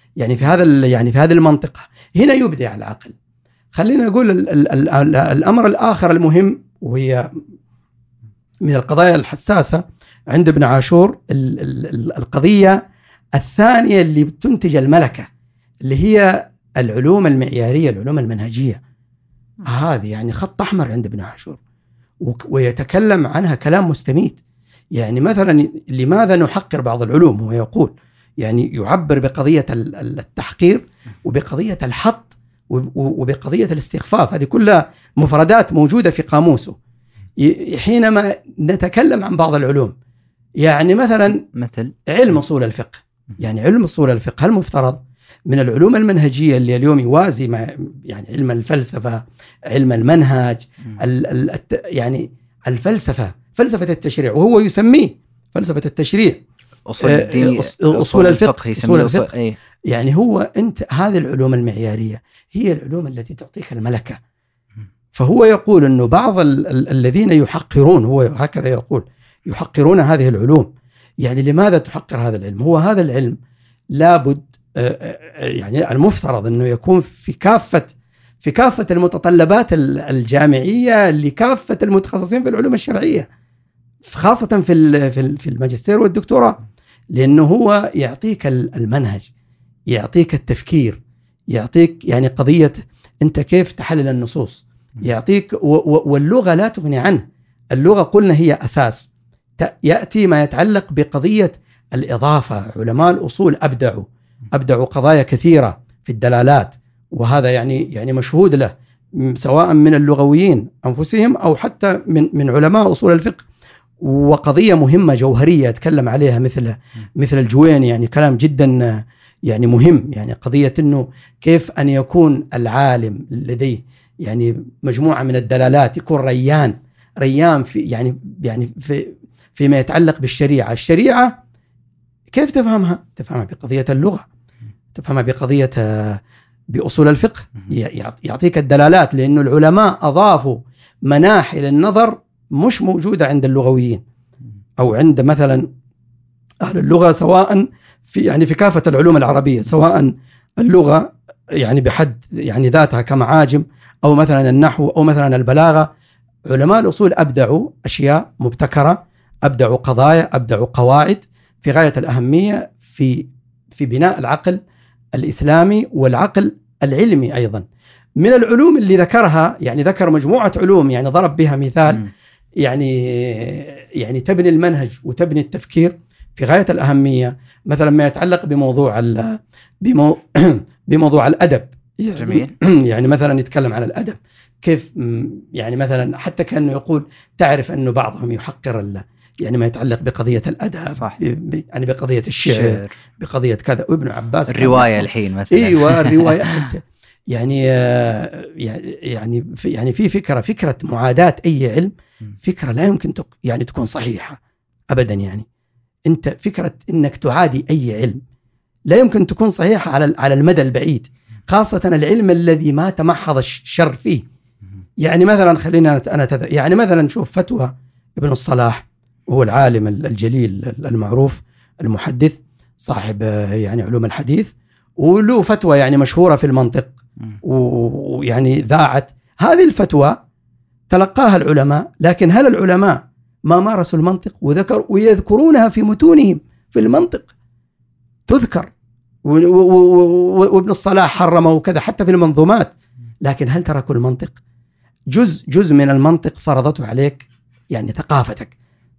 هذا المنطقة. هنا يبدع العقل. خلينا نقول الأمر الآخر المهم، وهي من القضايا الحساسة عند ابن عاشور، القضية الثانية اللي تنتج الملكة، اللي هي العلوم المعيارية، العلوم المنهجية. هذه يعني خط أحمر عند ابن عاشور، ويتكلم عنها كلام مستميت. يعني مثلا لماذا نحقر بعض العلوم؟ هو يقول يعني يعبر بقضية التحقير، وبقضية الحط، وبقضية الاستخفاف. هذه كلها مفردات موجودة في قاموسه. حينما نتكلم عن بعض العلوم، يعني مثلا علم أصول الفقه، يعني علم أصول الفقه هل مفترض من العلوم المنهجية اللي اليوم يوازي يعني علم الفلسفة، علم المنهج، يعني الفلسفة، فلسفة التشريع، وهو يسميه فلسفة التشريع، أصول الدين، أصول الفقه، أصول الفقه. يعني هو أنت هذه العلوم المعيارية هي العلوم التي تعطيك الملكة. فهو يقول أنه بعض الذين يحقرون، هو هكذا يقول، يحقرون هذه العلوم. يعني لماذا تحقر هذا العلم؟ هو هذا العلم لابد يعني المفترض أنه يكون في كافة المتطلبات الجامعية لكافة المتخصصين في العلوم الشرعية، خاصة في الماجستير والدكتوراه، لأنه هو يعطيك المنهج، يعطيك التفكير، يعطيك يعني قضية أنت كيف تحلل النصوص، يعطيك واللغة لا تغني عنه. اللغة قلنا هي أساس. يأتي ما يتعلق بقضية الإضافة. علماء الأصول أبدعوا قضايا كثيرة في الدلالات، وهذا يعني مشهود له سواء من اللغويين أنفسهم أو حتى من علماء أصول الفقه. وقضية مهمة جوهرية يتكلم عليها مثل الجويني، يعني كلام جدا يعني مهم، يعني قضية أنه كيف أن يكون العالم لديه يعني مجموعة من الدلالات، يكون ريان في يعني فيما يتعلق بالشريعة. الشريعة كيف تفهمها؟ تفهمها بقضية اللغة، تفهمها بقضية بأصول الفقه، يعطيك الدلالات، لأن العلماء أضافوا مناحي للنظر مش موجودة عند اللغويين أو عند مثلا أهل اللغة، سواء في كافة العلوم العربية، سواء اللغة يعني بحد يعني ذاتها كمعاجم، أو مثلا النحو، أو مثلا البلاغة. علماء الأصول أبدعوا أشياء مبتكرة، أبدعوا قضايا، أبدعوا قواعد في غاية الأهمية في بناء العقل الإسلامي والعقل العلمي أيضا. من العلوم اللي ذكرها، يعني ذكر مجموعة علوم يعني ضرب بها مثال، يعني تبني المنهج وتبني التفكير في غاية الأهمية. مثلا ما يتعلق بموضوع الأدب. جميل. يعني مثلا يتكلم عن الأدب كيف، يعني مثلا حتى كأنه يقول تعرف أنه بعضهم يحقر يعني ما يتعلق بقضية الأدب، صح. يعني بقضية الشعر، بقضية كذا. وابن عباس الرواية الحين مثلا. ايوه الرواية يعني في فكرة معاداة أي علم، فكرة لا يمكن يعني تكون صحيحة أبدا. يعني أنت فكرة أنك تعادي أي علم لا يمكن تكون صحيحة على المدى البعيد، خاصة العلم الذي ما تمحض الشر فيه. يعني مثلا خلينا يعني مثلا نشوف فتوى ابن الصلاح، وهو العالم الجليل المعروف المحدث صاحب يعني علوم الحديث، وله فتوى يعني مشهورة في المنطق، ويعني ذاعت هذه الفتوى، تلقاها العلماء، لكن هل العلماء ما مارسوا المنطق ويذكرونها في متونهم في المنطق تذكر، وابن الصلاح حرمه وكذا حتى في المنظومات، لكن هل تركوا المنطق؟ جزء من المنطق فرضته عليك يعني ثقافتك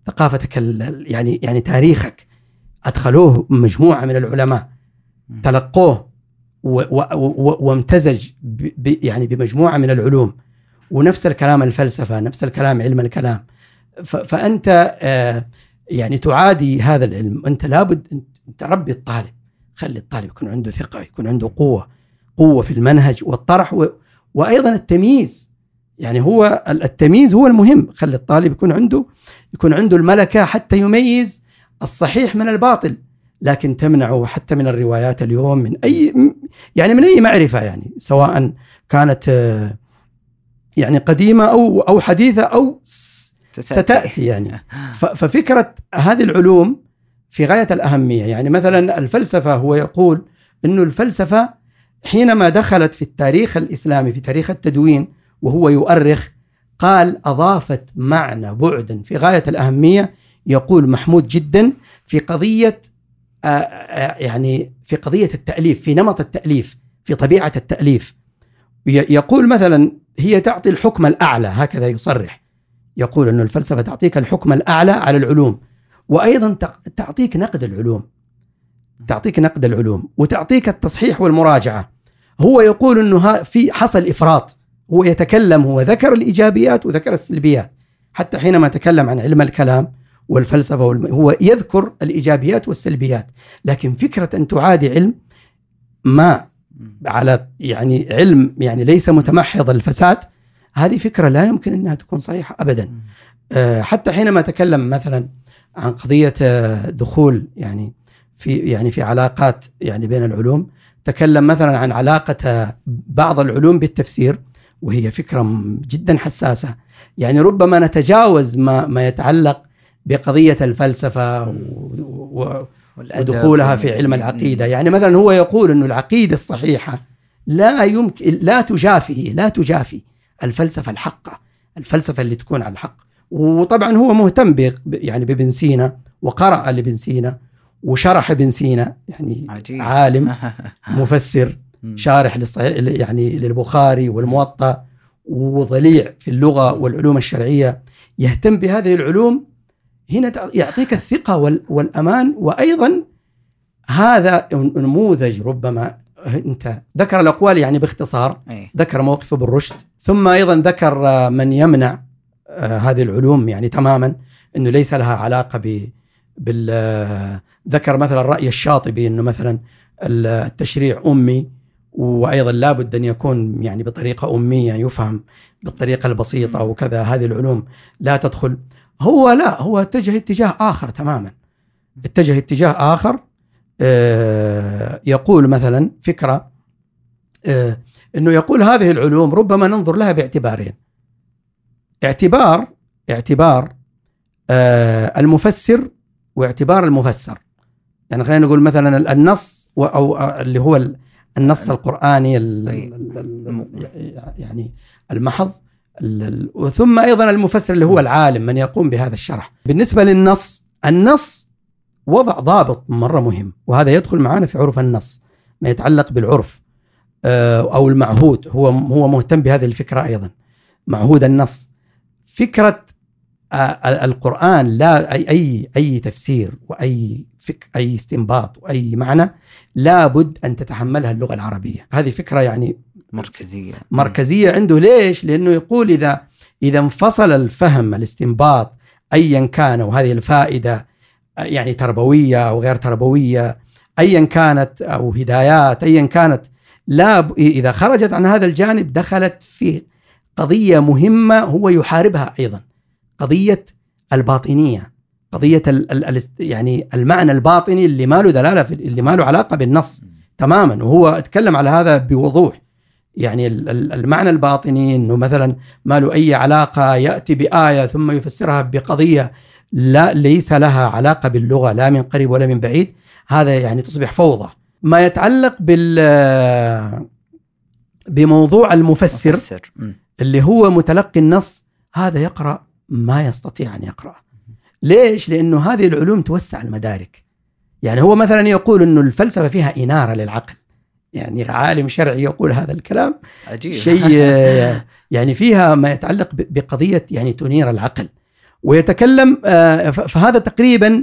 يعني تاريخك، أدخلوه مجموعة من العلماء تلقوه وامتزج يعني بمجموعة من العلوم، ونفس الكلام الفلسفة، نفس الكلام علم الكلام. فأنت يعني تعادي هذا العلم. أنت لابد أن تربي الطالب، خلي الطالب يكون عنده ثقة، يكون عنده قوة في المنهج والطرح، وأيضا التمييز. يعني هو التمييز هو المهم، خلي الطالب يكون عنده الملكة حتى يميز الصحيح من الباطل. لكن تمنعه حتى من الروايات اليوم، من أي معرفة، يعني سواء كانت يعني قديمة أو حديثة أو ستأتي يعني. ففكرة هذه العلوم في غاية الأهمية. يعني مثلا الفلسفة، هو يقول أنه الفلسفة حينما دخلت في التاريخ الإسلامي في تاريخ التدوين وهو يؤرخ، قال أضافت معنى بعدا في غاية الأهمية، يقول محمود جدا، في قضية يعني في قضية التأليف، في نمط التأليف، في طبيعة التأليف. يقول مثلا هي تعطي الحكم الأعلى، هكذا يصرح، يقول أن الفلسفة تعطيك الحكم الأعلى على العلوم، وأيضا تعطيك نقد العلوم، وتعطيك التصحيح والمراجعة. هو يقول أنه في حصل إفراط، هو يتكلم، هو ذكر الإيجابيات وذكر السلبيات، حتى حينما تكلم عن علم الكلام والفلسفة هو يذكر الإيجابيات والسلبيات. لكن فكرة أن تعادي علم ما على يعني علم يعني ليس متمحض الفساد، هذه فكرة لا يمكن أنها تكون صحيحة أبدا. حتى حينما تكلم مثلا عن قضية دخول يعني في علاقات يعني بين العلوم، تكلم مثلا عن علاقة بعض العلوم بالتفسير، وهي فكرة جدا حساسة. يعني ربما نتجاوز ما يتعلق بقضية الفلسفة ودخولها في علم العقيدة. يعني مثلا هو يقول أن العقيدة الصحيحة لا تجافي الفلسفة الحقة، الفلسفة اللي تكون على الحق. وطبعا هو مهتم يعني بابن سينا، وقرأ لابن سينا، وشرح ابن سينا، يعني عجيب. عالم مفسر شارح يعني للبخاري والموطأ، وضليع في اللغة والعلوم الشرعية، يهتم بهذه العلوم. هنا يعطيك الثقة والأمان. وأيضا هذا نموذج، ربما أنت ذكر الأقوال يعني باختصار، ذكر موقف ابن رشد، ثم أيضا ذكر من يمنع هذه العلوم يعني تماما، أنه ليس لها علاقة ذكر مثلا رأي الشاطبي أنه مثلا التشريع أمي، وأيضا لابد أن يكون يعني بطريقة أمية يفهم بالطريقة البسيطة وكذا، هذه العلوم لا تدخل. هو اتجه اتجاه آخر تماما، اتجه اتجاه آخر. يقول مثلا فكرة أنه يقول هذه العلوم ربما ننظر لها باعتبارين: اعتبار المفسر واعتبار المفسر. يعني خلينا نقول مثلا النص أو اللي هو النص القرآني يعني المحض، ثم أيضا المفسر اللي هو العالم من يقوم بهذا الشرح. بالنسبة للنص، النص وضع ضابط مرة مهم، وهذا يدخل معنا في عرف النص، ما يتعلق بالعرف أو المعهود. هو مهتم بهذه الفكرة أيضا، معهود النص. فكرة القرآن لا أي تفسير وأي أي استنباط وأي معنى لابد أن تتحملها اللغة العربية. هذه فكرة يعني مركزية عنده. ليش؟ لأنه يقول إذا انفصل الفهم الاستنباط أيا كان، وهذه الفائدة يعني تربوية أو غير تربوية أيا كانت، أو هدايات أيا كانت، إذا خرجت عن هذا الجانب دخلت في قضية مهمة هو يحاربها أيضا، قضية الباطنية، قضية يعني المعنى الباطني اللي ما له دلالة، اللي ما له علاقة بالنص تماما. وهو اتكلم على هذا بوضوح. يعني المعنى الباطني انه مثلا ما له اي علاقة، يأتي بآية ثم يفسرها بقضية ليس لها علاقة باللغة لا من قريب ولا من بعيد، هذا يعني تصبح فوضى. ما يتعلق بموضوع المفسر اللي هو متلقي النص، هذا يقرأ ما يستطيع أن يقرأ. ليش؟ لأنه هذه العلوم توسع المدارك. يعني هو مثلا يقول أنه الفلسفة فيها إنارة للعقل، يعني عالم شرعي يقول هذا الكلام عجيب. شيء يعني فيها ما يتعلق بقضية يعني تنير العقل، ويتكلم فهذا تقريبا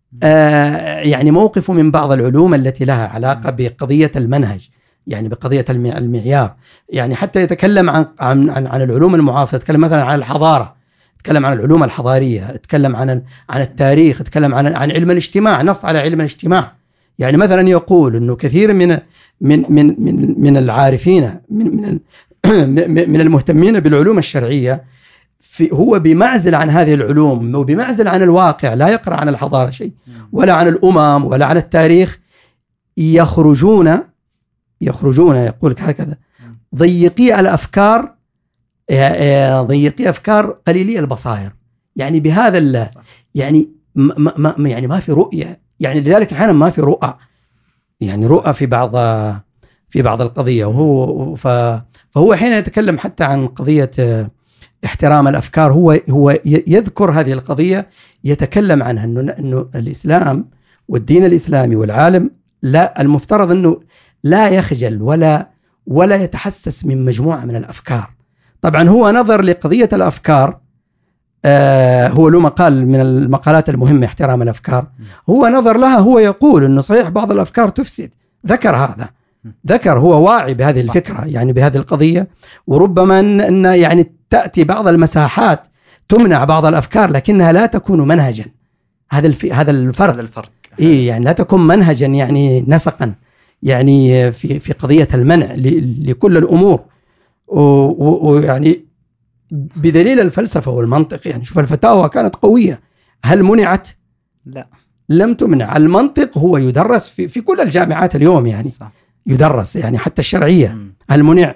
يعني موقفه من بعض العلوم التي لها علاقة بقضية المنهج، يعني بقضية المعيار. يعني حتى يتكلم عن العلوم المعاصرة، يتكلم مثلا عن الحضارة، يتكلم عن العلوم الحضارية، يتكلم عن التاريخ، يتكلم عن علم الاجتماع، نص على علم الاجتماع. يعني مثلا يقول انه كثير من العارفين من المهتمين بالعلوم الشرعية هو بمعزل عن هذه العلوم، وبمعزل عن الواقع، لا يقرأ عن الحضارة شيء ولا عن الأمم ولا عن التاريخ. يخرجون يقول هكذا: ضيقي الأفكار، ضيقي أفكار قليلي البصائر. يعني بهذا يعني يعني ما في رؤية، يعني لذلك أحيانا ما في رؤى، يعني رؤى في بعض القضية. فهو حين يتكلم حتى عن قضية احترام الأفكار، هو يذكر هذه القضية، يتكلم عنها أنه الإسلام والدين الإسلامي والعالم لا، المفترض أنه لا يخجل ولا يتحسس من مجموعة من الأفكار. طبعا هو نظر لقضية الأفكار، هو له مقال من المقالات المهمة احترام الأفكار، هو نظر لها، هو يقول أنه صحيح بعض الأفكار تفسد، ذكر هو واعي بهذه الفكرة، يعني بهذه القضية. وربما أن يعني تأتي بعض المساحات تمنع بعض الأفكار لكنها لا تكون منهجا. هذا الفرق. يعني لا تكون منهجا يعني نسقا، يعني في قضية المنع لكل الأمور. ويعني بدليل الفلسفة والمنطق، يعني شوف الفتاوى كانت قوية، هل منعت؟ لا، لم تمنع. المنطق هو يدرس في كل الجامعات اليوم، يعني صح. يدرس يعني حتى الشرعية، هل منع؟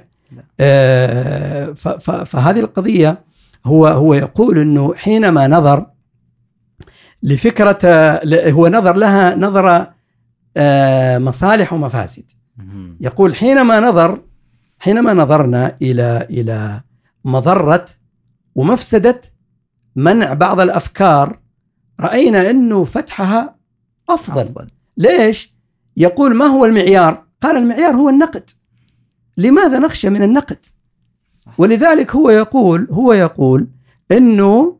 فهذه القضية هو يقول أنه حينما نظر لفكرة، هو نظر لها نظر مصالح ومفاسد. يقول حينما نظرنا إلى مضرة ومفسدة منع بعض الأفكار، رأينا أنه فتحها أفضل. ليش؟ يقول ما هو المعيار؟ قال المعيار هو النقد. لماذا نخشى من النقد؟ ولذلك هو يقول أنه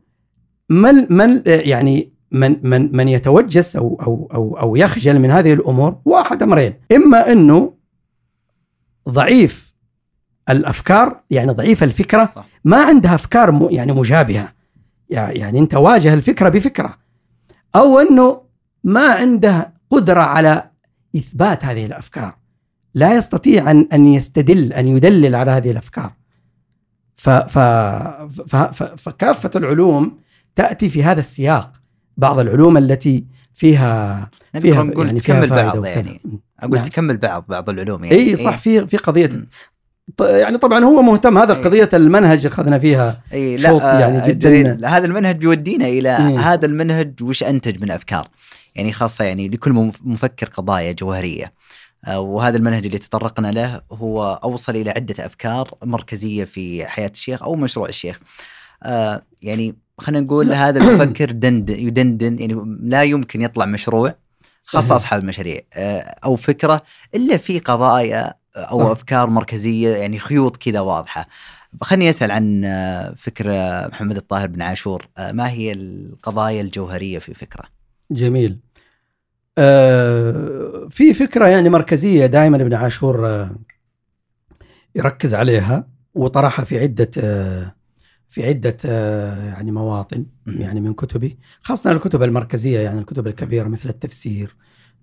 من يتوجس أو يخجل من هذه الأمور هو أحد أمرين: إما أنه ضعيف الأفكار، يعني ضعيف الفكرة، ما عندها أفكار يعني مشابهة، يعني أنت واجه الفكرة بفكرة، أو أنه ما عنده قدرة على إثبات هذه الأفكار، لا يستطيع أن يستدل، أن يدلل على هذه الأفكار. فكافة العلوم تأتي في هذا السياق. بعض العلوم التي فيها نقول يعني تكمل فيها بعض، يعني أقول نعم. تكمل بعض العلوم يعني. اي صح، في قضيه يعني طبعا هو مهتم، هذا قضيه المنهج اخذنا فيها شوط يعني جدا. هذا المنهج بيودينا الى هذا المنهج وش انتج من افكار، يعني خاصه يعني لكل مفكر قضايا جوهريه، وهذا المنهج اللي تطرقنا له هو اوصل الى عده افكار مركزيه في حياه الشيخ او مشروع الشيخ. يعني خلينا نقول هذا المفكر يدندن، يعني لا يمكن يطلع مشروع خاصة أصحاب المشاريع أو فكرة إلا في قضايا أو صح. أفكار مركزية، يعني خيوط كذا واضحة. خلني أسأل عن فكرة محمد الطاهر بن عاشور، ما هي القضايا الجوهرية في فكرة؟ جميل. في فكرة يعني مركزية دائما ابن عاشور يركز عليها وطرحها في عدة يعني مواطن يعني من كتبه، خاصة الكتب المركزية يعني الكتب الكبيرة مثل التفسير،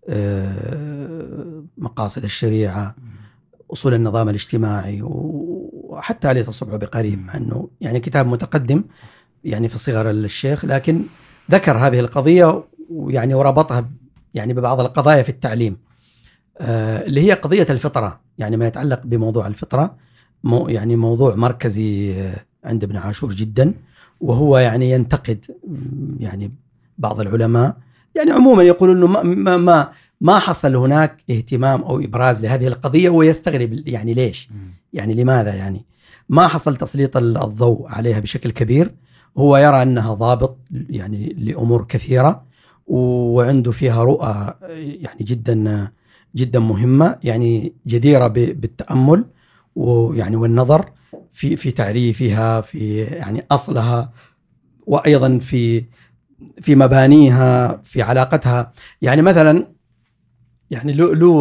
مقاصد الشريعة، أصول النظام الاجتماعي، وحتى ليس الصبح بقريب، مع أنه يعني كتاب متقدم يعني في صغر الشيخ، لكن ذكر هذه القضية ويعني وربطها يعني ببعض القضايا في التعليم، اللي هي قضية الفطرة، يعني ما يتعلق بموضوع الفطرة، يعني موضوع مركزي عند ابن عاشور جدا. وهو يعني ينتقد يعني بعض العلماء يعني عموما يقولون انه ما حصل هناك اهتمام او ابراز لهذه القضيه، ويستغرب يعني ليش، يعني لماذا يعني ما حصل تسليط الضوء عليها بشكل كبير. هو يرى انها ضابط يعني لامور كثيره، وعنده فيها رؤى يعني جدا جدا مهمه، يعني جديره بالتامل ويعني والنظر في تعريفها، في يعني أصلها، وأيضا في مبانيها، في علاقتها. يعني مثلا يعني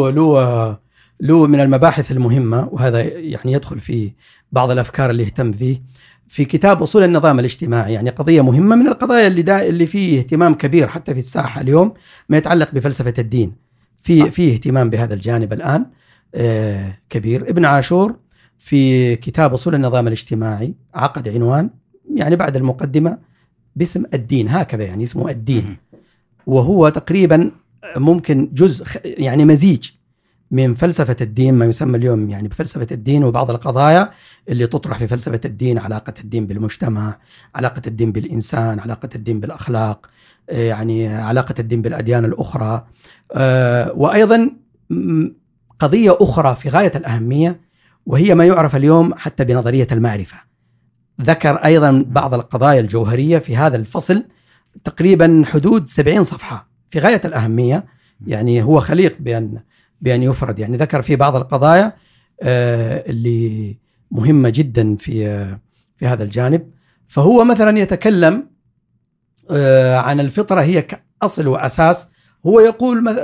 له من المباحث المهمة، وهذا يعني يدخل في بعض الأفكار اللي يهتم فيه في كتاب أصول النظام الاجتماعي. يعني قضية مهمة من القضايا اللي فيه اهتمام كبير حتى في الساحة اليوم، ما يتعلق بفلسفة الدين، في اهتمام بهذا الجانب الآن كبير. ابن عاشور في كتاب أصول النظام الاجتماعي عقد عنوان يعني بعد المقدمة باسم الدين، هكذا يعني اسمه الدين، وهو تقريبا ممكن جزء يعني مزيج من فلسفة الدين، ما يسمى اليوم يعني بفلسفة الدين، وبعض القضايا اللي تطرح في فلسفة الدين، علاقة الدين بالمجتمع، علاقة الدين بالإنسان، علاقة الدين بالأخلاق، يعني علاقة الدين بالأديان الأخرى، وأيضا قضية أخرى في غاية الأهمية، وهي ما يعرف اليوم حتى بنظرية المعرفة. ذكر أيضا بعض القضايا الجوهرية في هذا الفصل، تقريبا حدود 70 صفحة في غاية الأهمية، يعني هو خليق بأن يفرد. يعني ذكر في بعض القضايا اللي مهمة جدا في هذا الجانب. فهو مثلا يتكلم عن الفطرة هي كأصل وأساس. هو يقول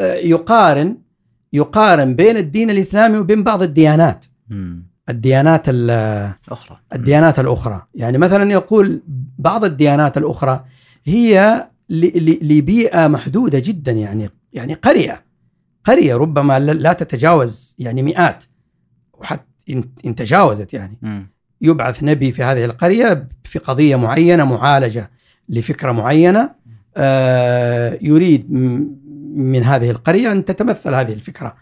يقارن بين الدين الإسلامي وبين بعض الديانات، الديانات الأخرى. يعني مثلا يقول بعض الديانات الأخرى هي لبيئة محدودة جدا، يعني قرية ربما لا تتجاوز يعني مئات، وحتى إن تجاوزت يعني يبعث نبي في هذه القرية في قضية معينة، معالجة لفكرة معينة، يريد من هذه القرية أن تتمثل هذه الفكرة.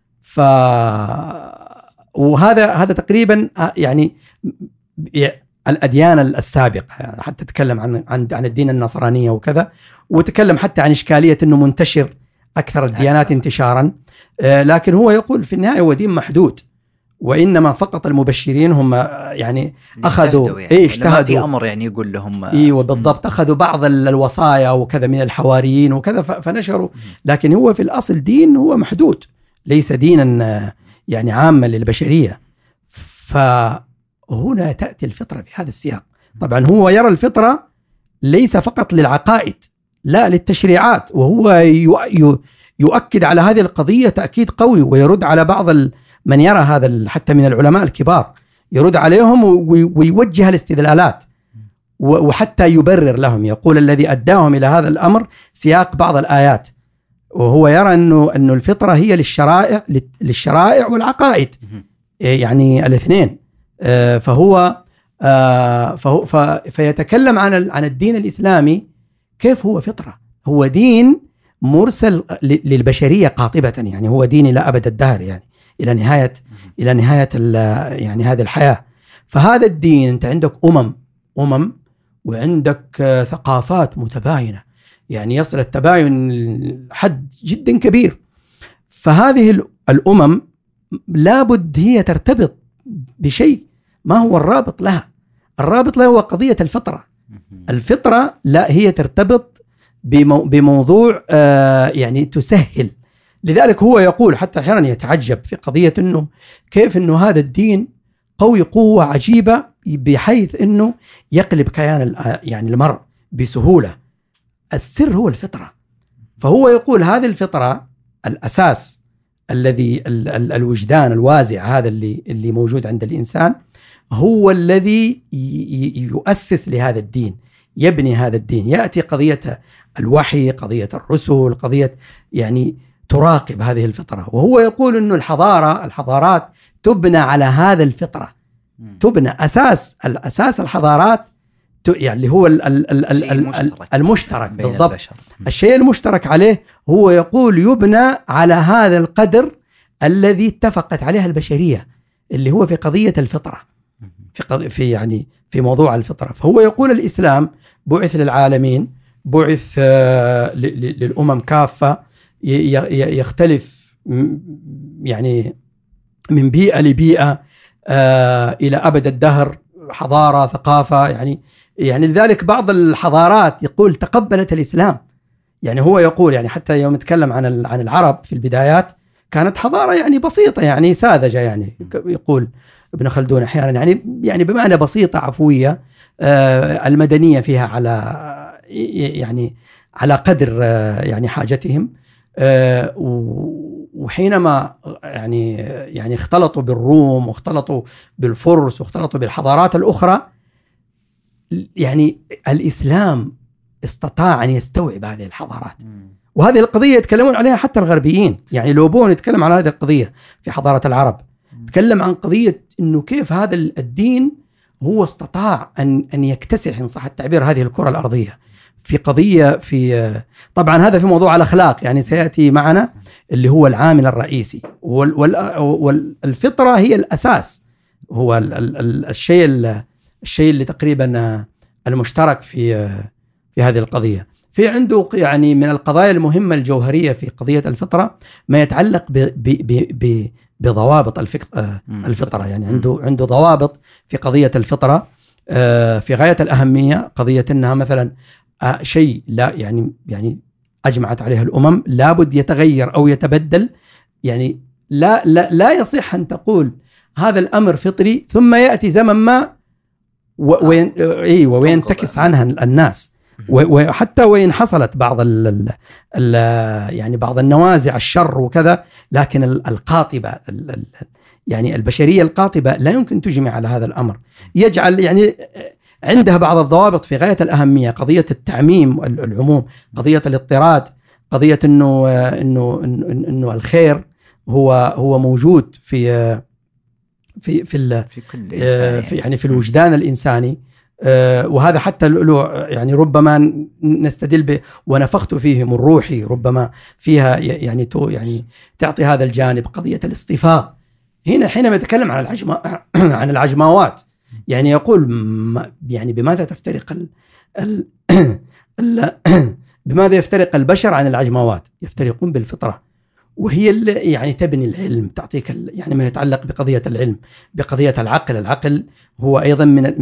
وهذا تقريبا يعني الأديان السابقة، يعني حتى تكلم عن الدين النصرانية وكذا، وتكلم حتى عن إشكالية أنه منتشر أكثر الديانات انتشارا، لكن هو يقول في النهاية هو دين محدود، وإنما فقط المبشرين هم يعني أخذوا اجتهدوا في أمر يعني يقول لهم وبالضبط أخذوا بعض الوصايا وكذا من الحواريين وكذا فنشروا، لكن هو في الأصل دين هو محدود، ليس دينا يعني عاما للبشرية. فهنا تأتي الفطرة في هذا السياق. طبعا هو يرى الفطرة ليس فقط للعقائد، لا للتشريعات، وهو يؤكد على هذه القضية تأكيد قوي، ويرد على بعض من يرى هذا حتى من العلماء الكبار، يرد عليهم ويوجه الاستدلالات، وحتى يبرر لهم. يقول الذي أداهم إلى هذا الأمر سياق بعض الآيات وهو يرى أنه الفطرة هي للشرائع والعقائد، يعني الاثنين. فيتكلم عن الدين الإسلامي كيف هو فطرة، هو دين مرسل للبشرية قاطبة، يعني هو دين إلى أبد الدهر، يعني إلى نهاية يعني هذه الحياة. فهذا الدين أنت عندك أمم وعندك ثقافات متباينة، يعني يصل التباين حد جدا كبير. فهذه الأمم لابد هي ترتبط بشيء. ما هو الرابط لها؟ الرابط لها هو قضية الفطرة. الفطرة لا، هي ترتبط بموضوع يعني تسهل. لذلك هو يقول، حتى أحيانا يتعجب في قضية أنه كيف أنه هذا الدين قوي قوة عجيبة بحيث أنه يقلب كيان يعني المرء بسهولة. السر هو الفطرة. فهو يقول هذه الفطرة الأساس الذي الوجدان الوازع هذا اللي موجود عند الإنسان هو الذي يؤسس لهذا الدين، يبني هذا الدين. يأتي قضية الوحي، قضية الرسل، قضية يعني تراقب هذه الفطرة. وهو يقول أنه الحضارات تبنى على هذا الفطرة، تبنى أساس الحضارات يعني اللي هو المشترك بالضبط. الشيء المشترك عليه هو يقول يبنى على هذا القدر الذي اتفقت عليها البشرية، اللي هو في قضية الفطرة، في موضوع الفطرة. فهو يقول الإسلام بعث للعالمين، بعث للأمم كافة، يختلف يعني من بيئة لبيئة إلى أبد الدهر، حضارة، ثقافة، يعني لذلك بعض الحضارات يقول تقبلت الإسلام. يعني هو يقول يعني حتى يوم يتكلم عن العرب في البدايات كانت حضارة يعني بسيطة، يعني ساذجة، يعني يقول ابن خلدون أحيانا يعني بمعنى بسيطة عفوية، المدنية فيها على قدر يعني حاجتهم. وحينما يعني اختلطوا بالروم واختلطوا بالفرس واختلطوا بالحضارات الأخرى، يعني الإسلام استطاع أن يستوعب هذه الحضارات. وهذه القضية يتكلمون عليها حتى الغربيين، يعني لوبون يتكلم عن هذه القضية في حضارة العرب، يتكلم عن قضية إنه كيف هذا الدين هو استطاع أن يكتسح إن صح التعبير هذه الكرة الأرضية في قضية طبعا هذا في موضوع الأخلاق يعني سيأتي معنا، اللي هو العامل الرئيسي. والفطرة هي الأساس، هو الشيء اللي تقريبا المشترك في هذه القضية. في عنده يعني من القضايا المهمة الجوهرية في قضية الفطرة ما يتعلق بضوابط الفطرة. يعني عنده ضوابط في قضية الفطرة في غاية الأهمية. قضية أنها مثلا شيء لا يعني أجمعت عليها الأمم لابد يتغير أو يتبدل. يعني لا يصح أن تقول هذا الأمر فطري ثم يأتي زمن ما وينتكس عنها الناس. وحتى وإن حصلت بعض يعني بعض النوازع الشر وكذا، لكن القاطبة يعني البشرية القاطبة لا يمكن تجمع على هذا الأمر. يجعل يعني عندها بعض الضوابط في غاية الأهمية، قضية التعميم العموم، قضية الاضطراد، قضية إنه الخير هو موجود في كل يعني في الوجدان الإنساني. وهذا حتى يعني ربما نستدل ونفخت فيهم الروحي، ربما فيها يعني تعطي هذا الجانب. قضية الاصطفاء هنا حينما يتكلم عن العجماوات، يعني يقول يعني بماذا تفترق بماذا يفترق البشر عن العجماوات؟ يفترقون بالفطرة، وهي اللي يعني تبني العلم، تعطيك يعني ما يتعلق بقضية العلم، بقضية العقل هو أيضا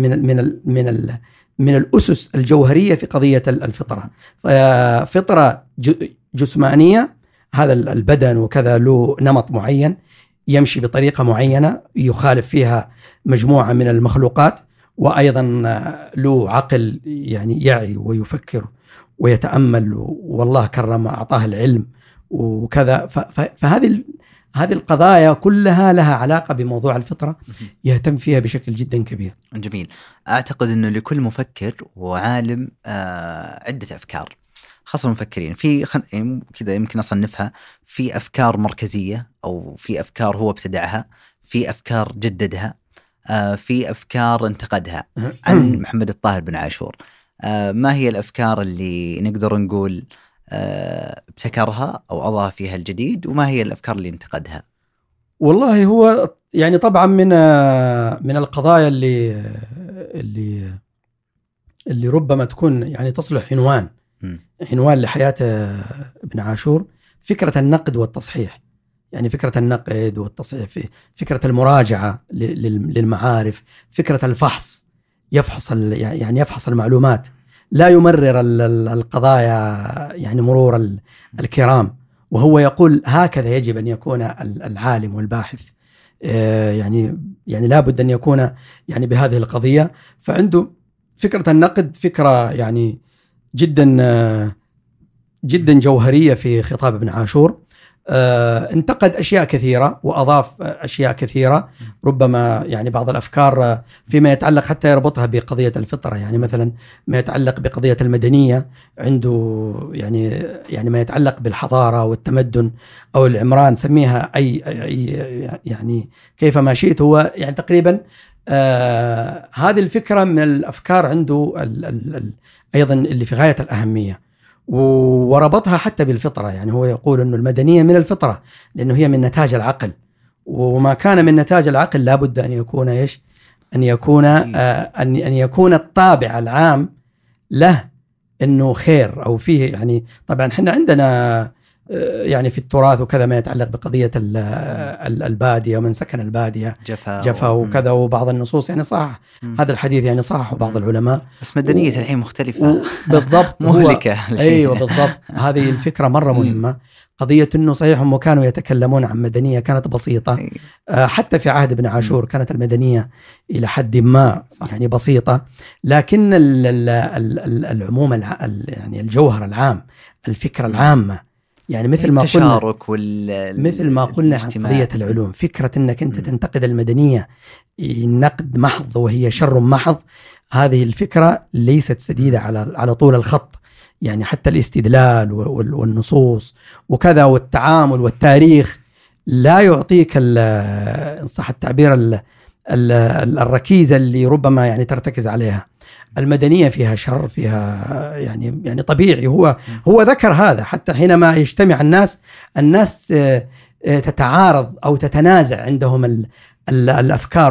من الأسس الجوهرية في قضية الفطرة. فطرة جسمانية، هذا البدن وكذا له نمط معين يمشي بطريقة معينة يخالف فيها مجموعة من المخلوقات، وأيضا له عقل يعني يعي ويفكر ويتأمل، والله كرم أعطاه العلم وكذا. فهذه القضايا كلها لها علاقة بموضوع الفطرة، يهتم فيها بشكل جدا كبير. جميل. أعتقد أنه لكل مفكر وعالم عدة أفكار، خاصة المفكرين في يعني كذا يمكن أصنفها في أفكار مركزية أو في أفكار هو ابتدعها، في أفكار جددها، في أفكار انتقدها عن محمد الطاهر بن عاشور. ما هي الأفكار اللي نقدر نقول ابتكرها أو أضاف فيها الجديد، وما هي الأفكار اللي انتقدها؟ والله هو يعني طبعا من القضايا اللي ربما تكون يعني تصلح عنوان لحياة ابن عاشور، فكرة النقد والتصحيح. يعني فكرة النقد والتصحيح، فكرة المراجعة للمعارف، فكرة الفحص، يفحص المعلومات، لا يمرر القضايا يعني مرور الكرام. وهو يقول هكذا يجب أن يكون العالم والباحث، يعني لابد أن يكون يعني بهذه القضية. فعنده فكرة النقد فكرة يعني جدا جدا جوهرية في خطاب ابن عاشور. انتقد أشياء كثيرة وأضاف أشياء كثيرة، ربما يعني بعض الأفكار فيما يتعلق حتى يربطها بقضية الفطرة، يعني مثلا ما يتعلق بقضية المدنية عنده، يعني ما يتعلق بالحضارة والتمدن أو العمران، سميها أي يعني كيف ما شئت. هو يعني تقريبا هذه الفكرة من الأفكار عنده أيضا اللي في غاية الأهمية، وربطها حتى بالفطرة. يعني هو يقول أنه المدنية من الفطرة لأنه هي من نتاج العقل، وما كان من نتاج العقل لابد أن يكون أن يكون الطابع العام له أنه خير أو فيه. يعني طبعا احنا عندنا يعني في التراث وكذا ما يتعلق بقضية البادية ومن سكن البادية جفا وكذا، وبعض النصوص يعني صح هذا الحديث، يعني صح بعض العلماء، بس مدنية الحين مختلفة بالضبط مهلكة. أيوة بالضبط، هذه الفكرة مرة مهمة. قضية أنه صحيح هم كانوا يتكلمون عن مدنية كانت بسيطة، حتى في عهد ابن عاشور كانت المدنية إلى حد ما يعني بسيطة، لكن العموم يعني الجوهر العام، الفكرة العامة، يعني مثل ما قلنا عن قضية العلوم، فكرة أنك أنت تنتقد المدنية نقد محض وهي شر محض، هذه الفكرة ليست سديدة على طول الخط. يعني حتى الاستدلال والنصوص وكذا والتعامل والتاريخ لا يعطيك إن صح التعبير الركيزة اللي ربما يعني ترتكز عليها. المدنية فيها شر، فيها يعني طبيعي. هو ذكر هذا حتى حينما يجتمع الناس تتعارض أو تتنازع عندهم الأفكار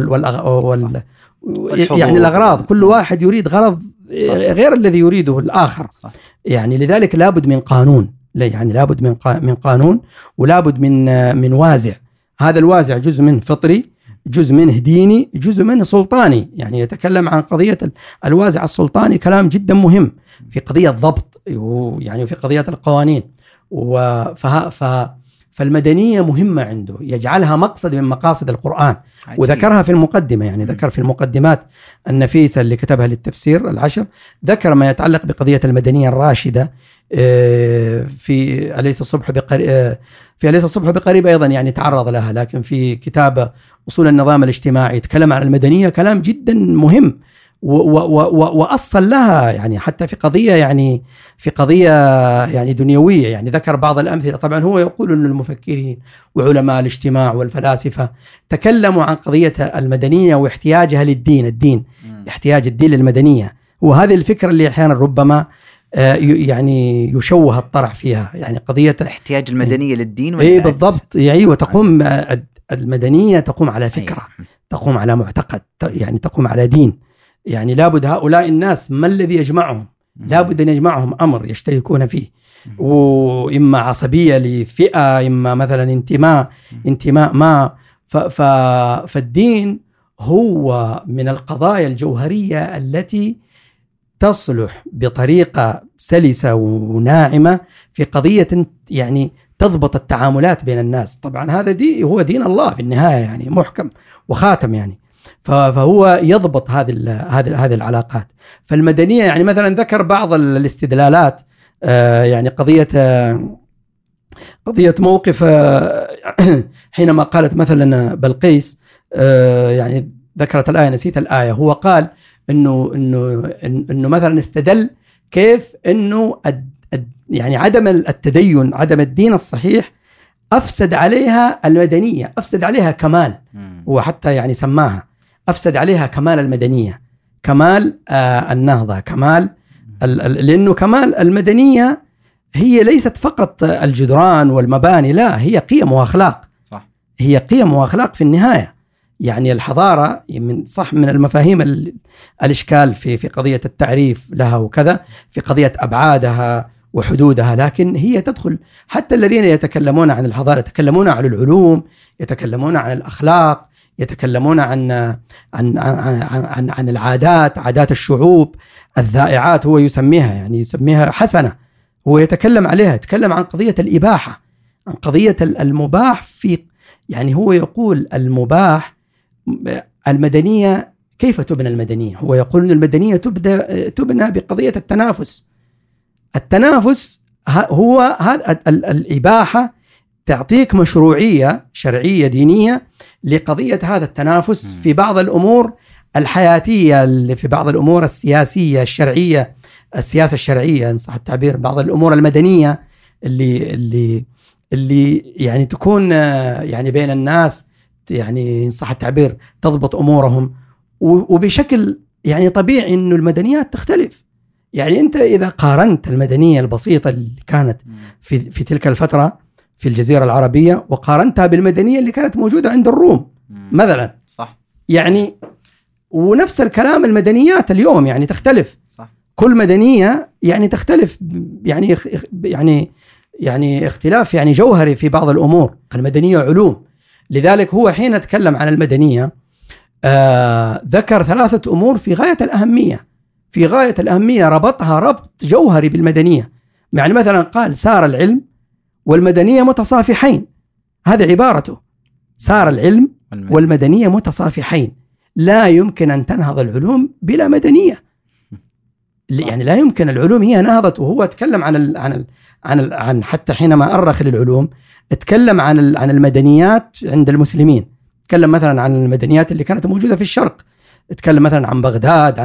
يعني الأغراض، كل واحد يريد غرض غير الذي يريده الآخر. يعني لذلك لابد من قانون، يعني لابد من قانون، ولابد من وازع. هذا الوازع جزء منه فطري، جزء منه ديني، جزء منه سلطاني. يعني يتكلم عن قضية الوازع السلطاني كلام جدا مهم في قضية ضبط، يعني في قضية القوانين. فالمدنية مهمة عنده، يجعلها مقصد من مقاصد القرآن. وذكرها في المقدمة، يعني ذكر في المقدمات النفيسة اللي كتبها للتفسير العشر، ذكر ما يتعلق بقضية المدنية الراشدة في أليس الصبح بقريب أيضا يعني تعرض لها، لكن في كتاب أصول النظام الاجتماعي تكلم عن المدنية كلام جدا مهم وأصل لها، يعني حتى في قضية يعني دنيوية. يعني ذكر بعض الأمثلة. طبعا هو يقول أن المفكرين وعلماء الاجتماع والفلاسفة تكلموا عن قضية المدنية واحتياجها للدين، احتياج الدين للمدنية، وهذه الفكرة اللي أحيانا ربما يعني يشوه الطرح فيها، يعني قضية احتياج المدنية للدين. اي بالضبط، يعني وتقوم المدنية تقوم على فكرة، تقوم على معتقد، يعني تقوم على دين. يعني لابد هؤلاء الناس ما الذي يجمعهم؟ لابد أن يجمعهم أمر يشتركون فيه، وإما عصبية لفئة، إما مثلا انتماء ما. فالدين هو من القضايا الجوهرية التي تصلح بطريقة سلسة وناعمة في قضية يعني تضبط التعاملات بين الناس. طبعا هذا هو دين الله في النهاية، يعني محكم وخاتم، يعني فهو يضبط هذه العلاقات. فالمدنية يعني مثلا ذكر بعض الاستدلالات، يعني قضية موقف حينما قالت مثلا بلقيس، يعني ذكرت الآية، نسيت الآية، هو قال إنه مثلا استدل كيف أنه يعني عدم التدين، عدم الدين الصحيح أفسد عليها المدنية، أفسد عليها كمال. وحتى يعني سماها أفسد عليها كمال المدنية، كمال النهضة، كمال لأنه كمال المدنية هي ليست فقط الجدران والمباني، لا، هي قيم وأخلاق. صح. هي قيم وأخلاق في النهاية. يعني الحضارة من المفاهيم الإشكال في قضية التعريف لها وكذا، في قضية أبعادها وحدودها، لكن هي تدخل حتى الذين يتكلمون عن الحضارة يتكلمون عن العلوم، يتكلمون عن الأخلاق، يتكلمون عن العادات، عادات الشعوب الذائعات، هو يسميها حسنة، هو يتكلم عليها، يتكلم عن قضية الإباحة، عن قضية المباح يعني هو يقول المباح. المدنية كيف تبنى المدنية؟ هو يقول أن المدنية تبنى بقضية التنافس. التنافس هو هذا الإباحة تعطيك مشروعية شرعية دينية لقضية هذا التنافس في بعض الأمور الحياتية، في بعض الأمور السياسية الشرعية، السياسة الشرعية إن صح التعبير، بعض الأمور المدنية اللي يعني تكون يعني بين الناس، يعني إن صح التعبير تضبط أمورهم، وبشكل يعني طبيعي إنه المدنيات تختلف. يعني أنت إذا قارنت المدنية البسيطة اللي كانت في تلك الفترة في الجزيرة العربية وقارنتها بالمدنية اللي كانت موجودة عند الروم مثلا، صح، يعني ونفس الكلام المدنيات اليوم يعني تختلف، صح. كل مدنية يعني تختلف، يعني اختلاف يعني جوهري في بعض الأمور. المدنية علوم، لذلك هو حين تكلم عن المدنية ذكر 3 أمور في غاية الأهمية، ربطها ربط جوهري بالمدنية. يعني مثلا قال سار العلم والمدنية متصافحين، هذه عبارته، سار العلم والمدنية متصافحين، لا يمكن أن تنهض العلوم بلا مدنية. يعني لا يمكن، العلوم هي نهضت. وهو تكلم عن حتى حينما أرخ للعلوم اتكلم عن المدنيات عند المسلمين، تكلم مثلا عن المدنيات اللي كانت موجودة في الشرق، اتكلم مثلا عن بغداد،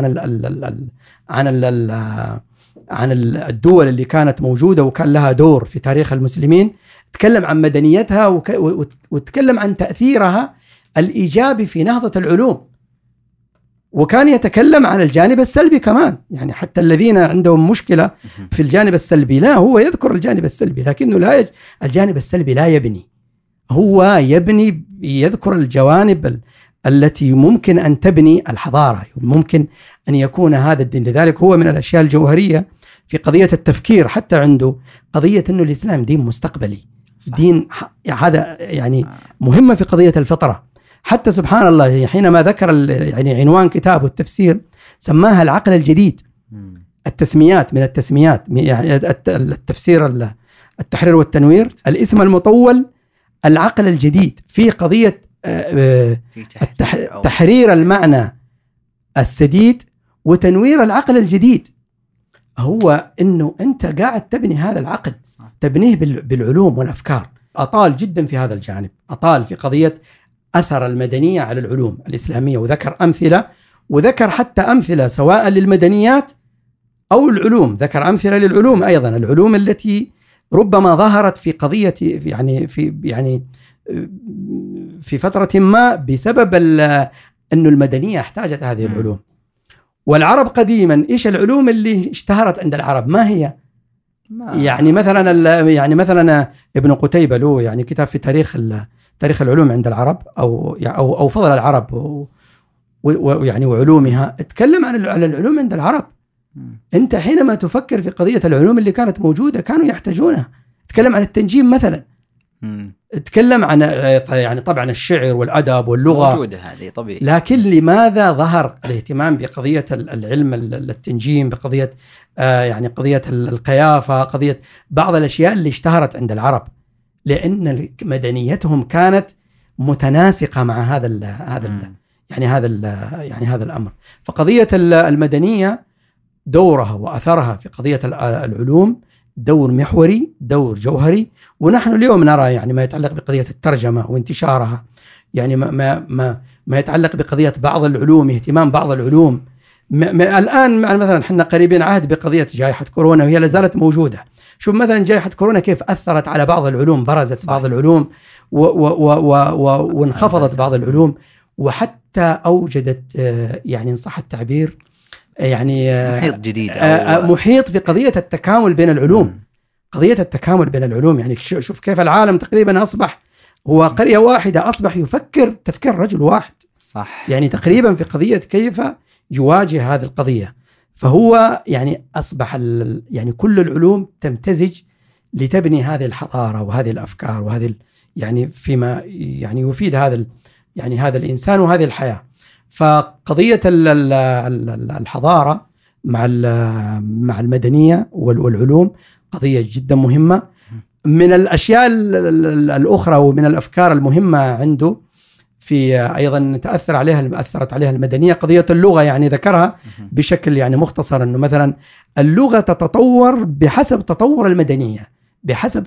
عن الدول اللي كانت موجودة وكان لها دور في تاريخ المسلمين، تكلم عن مدنيتها وتكلم عن تأثيرها الإيجابي في نهضة العلوم. وكان يتكلم عن الجانب السلبي كمان، يعني حتى الذين عندهم مشكلة في الجانب السلبي، لا، هو يذكر الجانب السلبي لكنه الجانب السلبي لا يبني، هو يذكر الجوانب التي ممكن أن تبني الحضارة، ممكن أن يكون هذا الدين. لذلك هو من الأشياء الجوهرية في قضية التفكير، حتى عنده قضية أنه الإسلام دين مستقبلي، صح. دين هذا يعني مهمة في قضية الفطرة. حتى سبحان الله حينما ذكر يعني عنوان كتابه التفسير سماها العقل الجديد. التسميات من التسميات، يعني التفسير التحرير والتنوير، الاسم المطول العقل الجديد في قضية تحرير المعنى السديد وتنوير العقل الجديد. هو انه انت قاعد تبني هذا العقل، تبنيه بالعلوم والافكار. اطال جدا في هذا الجانب، اطال في قضية اثر المدنية على العلوم الاسلامية، وذكر امثلة، وذكر حتى امثلة سواء للمدنيات او العلوم، ذكر امثلة للعلوم ايضا، العلوم التي ربما ظهرت في قضية يعني في فترة ما بسبب أنه المدنية احتاجت هذه العلوم. والعرب قديما إيش العلوم اللي اشتهرت عند العرب؟ ما هي؟ يعني مثلا ابن قتيبة له يعني كتاب في تاريخ العلوم عند العرب أو فضل العرب ويعني وعلومها، اتكلم عن العلوم عند العرب. أنت حينما تفكر في قضية العلوم اللي كانت موجودة كانوا يحتاجونها. اتكلم عن التنجيم مثلا، اتكلم عن يعني طبعا الشعر والأدب واللغة موجودة، هذه طبيعي. لكن لماذا ظهر الاهتمام بقضية العلم التنجيم، بقضية يعني قضية القيافة، قضية بعض الأشياء اللي اشتهرت عند العرب؟ لأن مدنيتهم كانت متناسقة مع هذا الأمر. فقضية المدنية دورها وأثرها في قضية العلوم دور محوري، دور جوهري. ونحن اليوم نرى يعني ما يتعلق بقضية الترجمة وانتشارها، يعني ما يتعلق بقضية بعض العلوم، اهتمام بعض العلوم الآن مثلا احنا قريبين عهد بقضية جائحة كورونا وهي لازالت موجودة. شوف مثلا جائحة كورونا كيف أثرت على بعض العلوم، برزت صحيح. بعض العلوم وانخفضت بعض العلوم، وحتى أوجدت يعني إن صح التعبير يعني محيط جديد محيط في قضية التكامل بين العلوم. قضية التكامل بين العلوم، يعني شوف كيف العالم تقريبا أصبح هو قرية واحدة، أصبح يفكر تفكير رجل واحد صح. يعني تقريبا في قضية كيف يواجه هذه القضية. فهو يعني أصبح يعني كل العلوم تمتزج لتبني هذه الحضارة وهذه الأفكار وهذه يعني فيما يعني يفيد هذا الإنسان وهذه الحياة. فقضية الحضارة مع المدنية والعلوم قضية جدا مهمة. من الأشياء الأخرى ومن الأفكار المهمة عنده في أيضا أثرت عليها المدنية قضية اللغة، يعني ذكرها بشكل يعني مختصر أنه مثلا اللغة تتطور بحسب تطور المدنية، بحسب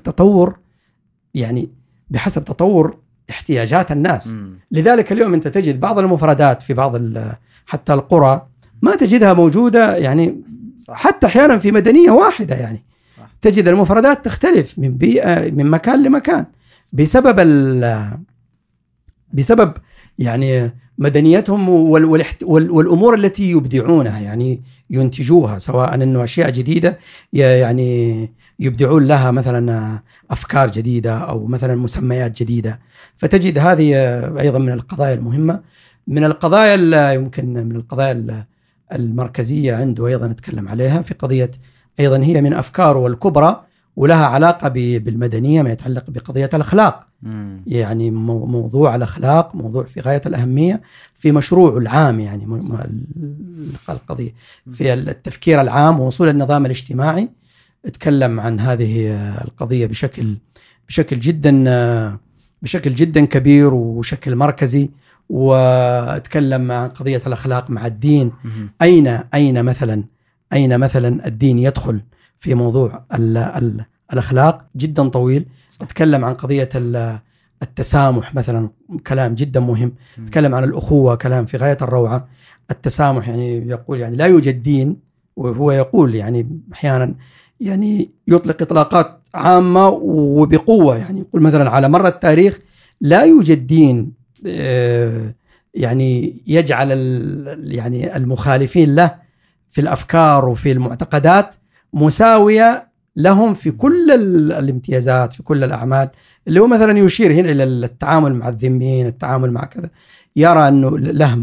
تطور احتياجات الناس. لذلك اليوم أنت تجد بعض المفردات في بعض حتى القرى ما تجدها موجودة، يعني حتى أحيانا في مدنية واحدة يعني تجد المفردات تختلف من بيئة من مكان لمكان بسبب يعني مدنيتهم والأمور التي يبدعونها، يعني ينتجوها، سواء أنه أشياء جديدة يعني يبدعون لها مثلا أفكار جديدة أو مثلا مسميات جديدة. فتجد هذه أيضا من القضايا المهمة. من القضايا يمكن من القضايا المركزية عنده أيضا نتكلم عليها في قضية أيضا هي من أفكاره الكبرى ولها علاقة بالمدنية، ما يتعلق بقضية الأخلاق. يعني موضوع الأخلاق موضوع في غاية الأهمية في مشروعه العام، يعني القضية في التفكير العام ووصول النظام الاجتماعي. اتكلم عن هذه القضية بشكل جدا كبير وشكل مركزي، واتكلم عن قضية الأخلاق مع الدين. أين مثلا الدين يدخل في موضوع الأخلاق جدا طويل. اتكلم عن قضية التسامح مثلا، كلام جدا مهم. اتكلم عن الأخوة، كلام في غاية الروعة. التسامح يعني يقول يعني لا يوجد دين، وهو يقول يعني أحيانا يعني يطلق إطلاقات عامة وبقوة، يعني يقول مثلا على مر التاريخ لا يوجد دين يعني يجعل يعني المخالفين له في الأفكار وفي المعتقدات مساوية لهم في كل الامتيازات في كل الأعمال، اللي هو مثلا يشير هنا إلى التعامل مع الذميين، التعامل مع كذا، يرى أنه له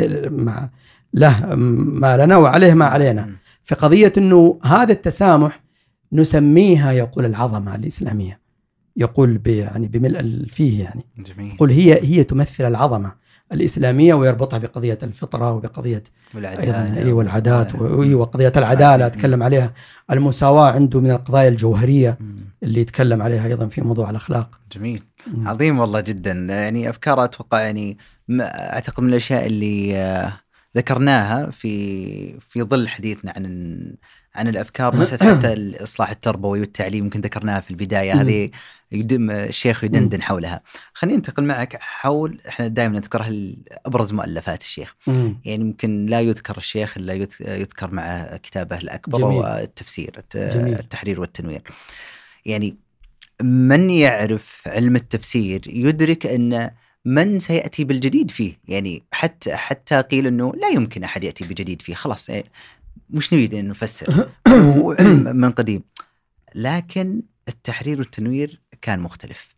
ما لنا وعليه ما علينا. في قضية أنه هذا التسامح نسميها يقول العظمة الإسلامية، يقول يعني بملء فيه يعني جميل. يقول هي تمثل العظمة الإسلامية، ويربطها بقضية الفطرة وبقضية والعادات وقضية العدالة أتكلم عليها. المساواة عنده من القضايا الجوهرية اللي يتكلم عليها أيضا في موضوع الأخلاق. جميل. عظيم والله جدا. يعني أفكار أتوقع يعني أعتقد من الأشياء اللي ذكرناها في ظل حديثنا عن الأفكار، مسألة حتى الإصلاح التربوي والتعليم يمكن ذكرناها في البداية. هذه الشيخ يدندن حولها. خلينا ننتقل معك حول، احنا دائما نذكرها أبرز مؤلفات الشيخ. يعني يمكن لا يذكر الشيخ إلا يذكر مع كتابه الأكبر والتفسير التحرير والتنوير. يعني من يعرف علم التفسير يدرك أن من سيأتي بالجديد فيه، يعني حتى قيل أنه لا يمكن أحد يأتي بجديد فيه، خلاص مش نريد أن نفسر وعلم من قديم. لكن التحرير والتنوير كان مختلف.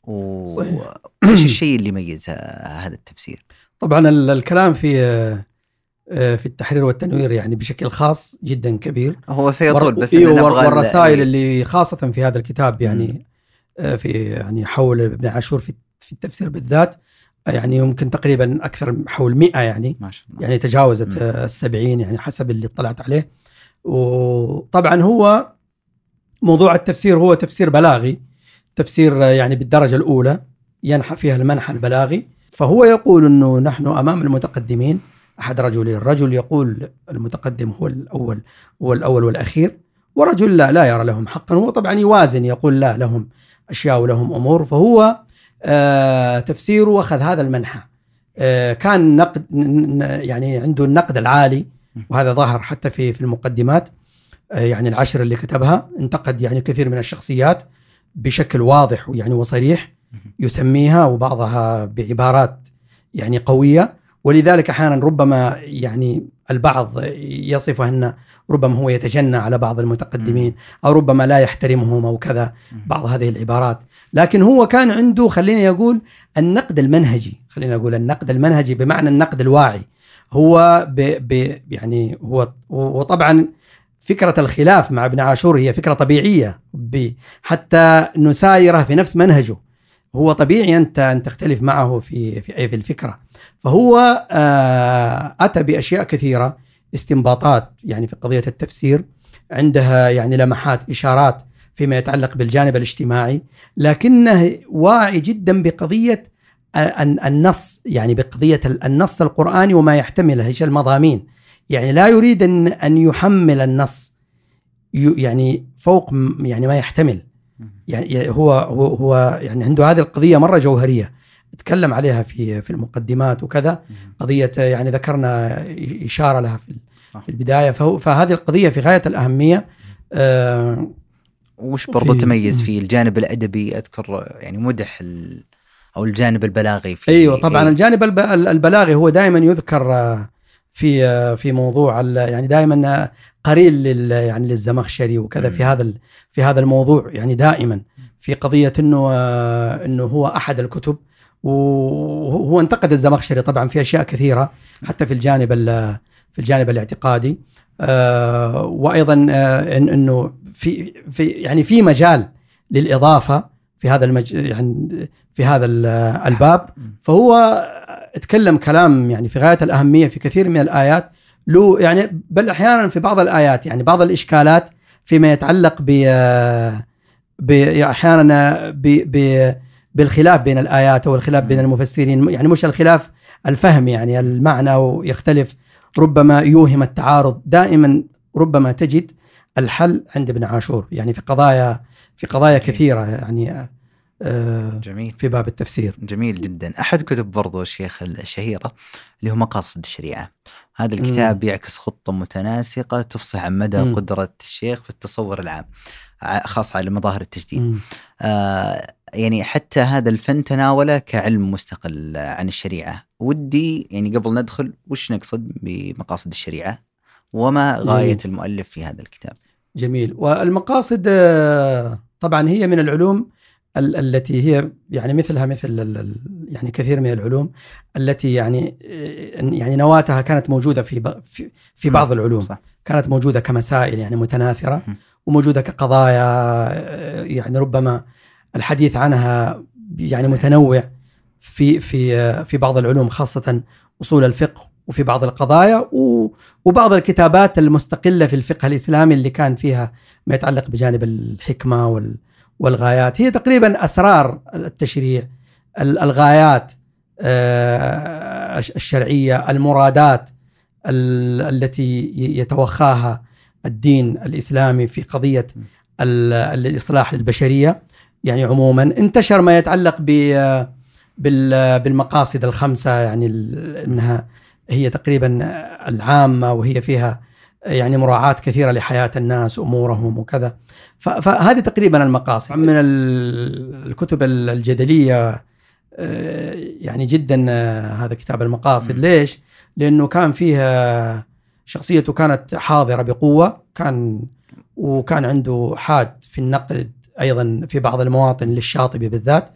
وإيش الشيء اللي يميز هذا التفسير؟ طبعا الكلام في التحرير والتنوير يعني بشكل خاص جدا كبير، هو سيطول بس والرسائل اللي خاصة في هذا الكتاب يعني في يعني حول ابن عاشور في التفسير بالذات، يعني يمكن تقريبا أكثر حول 100 يعني ما شاء الله. يعني تجاوزت 70 يعني حسب اللي اطلعت عليه. وطبعا هو موضوع التفسير هو تفسير بلاغي، تفسير يعني بالدرجة الأولى ينحى فيها المنحى البلاغي. فهو يقول أنه نحن أمام المتقدمين أحد رجلين، رجل يقول المتقدم هو الأول والأخير، ورجل لا يرى لهم حقا. هو طبعا يوازن، يقول لا، لهم أشياء ولهم أمور. فهو تفسيره أخذ هذا المنحى. كان نقد يعني عنده النقد العالي وهذا ظهر حتى في المقدمات، يعني العشر اللي كتبها انتقد يعني كثير من الشخصيات بشكل واضح يعني وصريح، يسميها وبعضها بعبارات يعني قوية، ولذلك أحيانا ربما يعني البعض يصفه أن ربما هو يتجنى على بعض المتقدمين أو ربما لا يحترمهم أو كذا، بعض هذه العبارات. لكن هو كان عنده خليني أقول النقد المنهجي، خليني أقول النقد المنهجي بمعنى النقد الواعي. هو يعني هو طبعا فكرة الخلاف مع ابن عاشور هي فكرة طبيعية، حتى نسايره في نفس منهجه، هو طبيعي أن تختلف معه في الفكرة. فهو أتى بأشياء كثيرة، استنباطات يعني في قضية التفسير، عندها يعني لمحات إشارات فيما يتعلق بالجانب الاجتماعي، لكنه واعي جدا بقضية النص، يعني بقضية النص القرآني وما يحتمله هي المضامين. يعني لا يريد أن يحمل النص يعني فوق يعني ما يحتمل. يعني هو يعني عنده هذه القضية مرة جوهرية، تكلم عليها في المقدمات وكذا، قضية يعني ذكرنا إشارة لها في البداية. فهذه القضية في غاية الأهمية. وش برضو تميز في الجانب الأدبي؟ أذكر يعني مدح أو الجانب البلاغي فيه. أيوة طبعا الجانب البلاغي هو دائما يذكر في موضوع يعني دائما قريل يعني للزمخشري وكذا في هذا الموضوع، يعني دائما في قضية انه هو احد الكتب، وهو انتقد الزمخشري طبعا في اشياء كثيرة حتى في الجانب الاعتقادي، وايضا انه يعني في مجال للإضافة في هذا يعني في هذا الباب. فهو اتكلم كلام يعني في غاية الأهمية في كثير من الآيات، له يعني بل أحيانا في بعض الآيات يعني بعض الإشكالات فيما يتعلق أحيانا بالخلاف بين الآيات أو الخلاف بين المفسرين، يعني مش الخلاف الفهم يعني المعنى ويختلف، ربما يوهم التعارض. دائما ربما تجد الحل عند ابن عاشور يعني في قضايا كثيرة يعني جميل. في باب التفسير. جميل جدا. أحد كتب برضو الشيخ الشهيرة اللي هو مقاصد الشريعة، هذا الكتاب يعكس خطة متناسقة تفصح عن مدى قدرة الشيخ في التصور العام، خاصة على مظاهر التجديد. يعني حتى هذا الفن تناوله كعلم مستقل عن الشريعة. ودي يعني قبل ندخل وش نقصد بمقاصد الشريعة وما غاية المؤلف في هذا الكتاب؟ جميل. والمقاصد طبعا هي من العلوم التي هي يعني مثلها مثل يعني كثير من العلوم التي يعني نواتها كانت موجودة في بعض العلوم. صح. كانت موجودة كمسائل يعني متناثرة، وموجودة كقضايا يعني ربما الحديث عنها يعني متنوع في بعض العلوم، خاصة أصول الفقه، وفي بعض القضايا وبعض الكتابات المستقلة في الفقه الإسلامي اللي كان فيها ما يتعلق بجانب الحكمة والغايات. هي تقريبا أسرار التشريع، الغايات الشرعية، المرادات التي يتوخاها الدين الإسلامي في قضية الإصلاح للبشرية يعني عموما. انتشر ما يتعلق بالمقاصد الخمسة، يعني إنها هي تقريبا العامة، وهي فيها يعني مراعاة كثيرة لحياة الناس أمورهم وكذا. فهذه تقريبا المقاصد. من الكتب الجدلية يعني جدا هذا كتاب المقاصد. ليش؟ لأنه كان فيها شخصيته كانت حاضرة بقوة، وكان عنده حاد في النقد أيضا في بعض المواطن للشاطبي بالذات،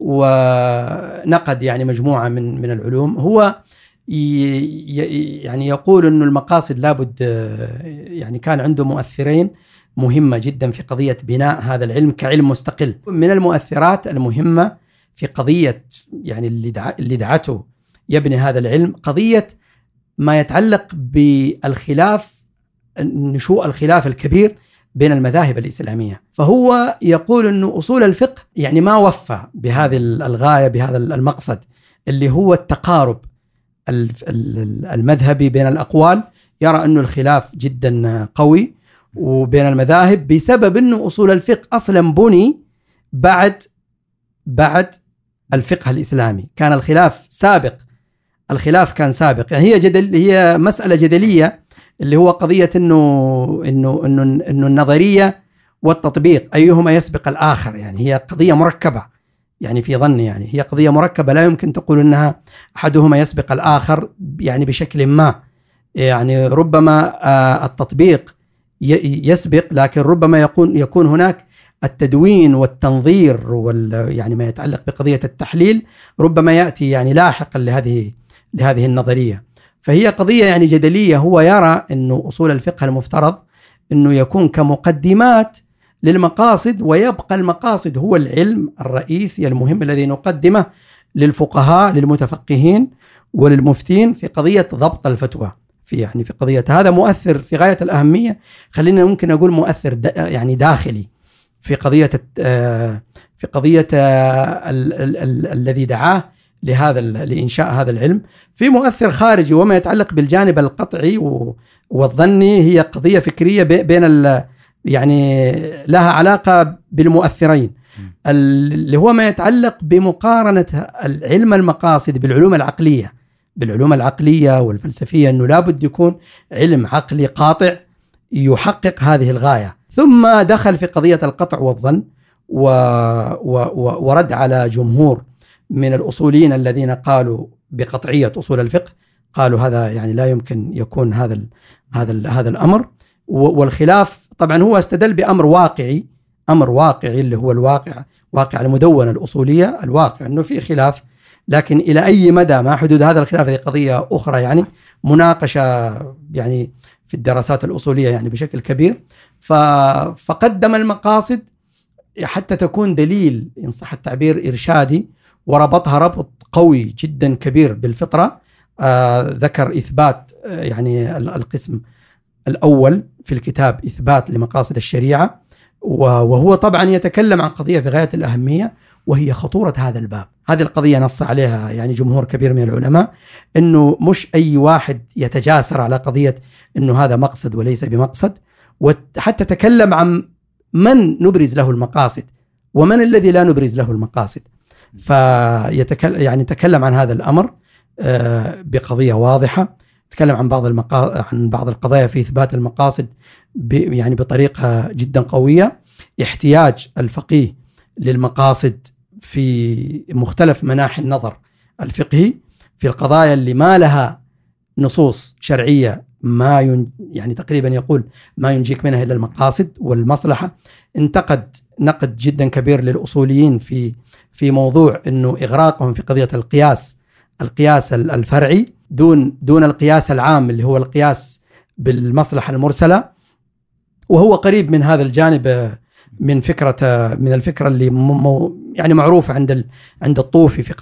ونقد يعني مجموعة من العلوم. هو يعني يقول أنه المقاصد لابد يعني كان عنده مؤثرين مهمة جدا في قضية بناء هذا العلم كعلم مستقل. من المؤثرات المهمة في قضية يعني اللي دعته يبني هذا العلم قضية ما يتعلق بالخلاف، نشوء الخلاف الكبير بين المذاهب الإسلامية. فهو يقول أنه أصول الفقه يعني ما وفى بهذه الغاية، بهذا المقصد اللي هو التقارب المذهبي بين الأقوال. يرى أنه الخلاف جدا قوي وبين المذاهب بسبب أنه أصول الفقه أصلا بني بعد الفقه الإسلامي. كان الخلاف سابق، الخلاف كان سابق، يعني هي مسألة جدلية اللي هو قضية إنه النظرية والتطبيق أيهما يسبق الآخر. يعني هي قضية مركبة، يعني في ظني يعني هي قضية مركبة، لا يمكن تقول أنها أحدهما يسبق الآخر يعني بشكل ما. يعني ربما التطبيق يسبق، لكن ربما يكون هناك التدوين والتنظير يعني ما يتعلق بقضية التحليل ربما يأتي يعني لاحقا لهذه النظرية. فهي قضية يعني جدلية. هو يرى أنه أصول الفقه المفترض أنه يكون كمقدمات للمقاصد، ويبقى المقاصد هو العلم الرئيسي المهم الذي نقدمه للفقهاء للمتفقهين وللمفتين في قضية ضبط الفتوى، في قضية هذا مؤثر في غاية الأهمية. خلينا ممكن أقول مؤثر يعني داخلي في قضية الذي دعاه لإنشاء هذا العلم. في مؤثر خارجي وما يتعلق بالجانب القطعي والظني، هي قضية فكرية بين يعني لها علاقة بالمؤثرين، اللي هو ما يتعلق بمقارنة العلم المقاصد بالعلوم العقلية والفلسفية، أنه لابد يكون علم عقلي قاطع يحقق هذه الغاية. ثم دخل في قضية القطع والظن ورد على جمهور من الأصوليين الذين قالوا بقطعية أصول الفقه، قالوا هذا يعني لا يمكن يكون هذا الأمر. والخلاف طبعا هو استدل بأمر واقعي، اللي هو واقع المدونة الأصولية، الواقع أنه في خلاف، لكن إلى أي مدى ما حدود هذا الخلاف هذه قضية أخرى يعني مناقشة يعني في الدراسات الأصولية يعني بشكل كبير. فقدم المقاصد حتى تكون دليل إن صح التعبير إرشادي، وربطها ربط قوي جدا كبير بالفطرة. ذكر إثبات يعني القسم الأول في الكتاب إثبات لمقاصد الشريعة، وهو طبعا يتكلم عن قضية في غاية الأهمية، وهي خطورة هذا الباب. هذه القضية نص عليها يعني جمهور كبير من العلماء، أنه مش أي واحد يتجاسر على قضية أنه هذا مقصد وليس بمقصد، وحتى تكلم عن من نبرز له المقاصد ومن الذي لا نبرز له المقاصد. يعني تكلم عن هذا الأمر بقضية واضحة، تكلم عن بعض القضايا في إثبات المقاصد يعني بطريقة جدا قوية. احتياج الفقيه للمقاصد في مختلف مناحي النظر الفقهي في القضايا اللي ما لها نصوص شرعية، يعني تقريبا يقول ما ينجيك منها إلا المقاصد والمصلحة. انتقد نقد جدا كبير للأصوليين في موضوع أنه إغراقهم في قضية القياس الفرعي دون القياس العام اللي هو القياس بالمصلحة المرسلة، وهو قريب من هذا الجانب من الفكرة اللي يعني معروفة عند الطوفي في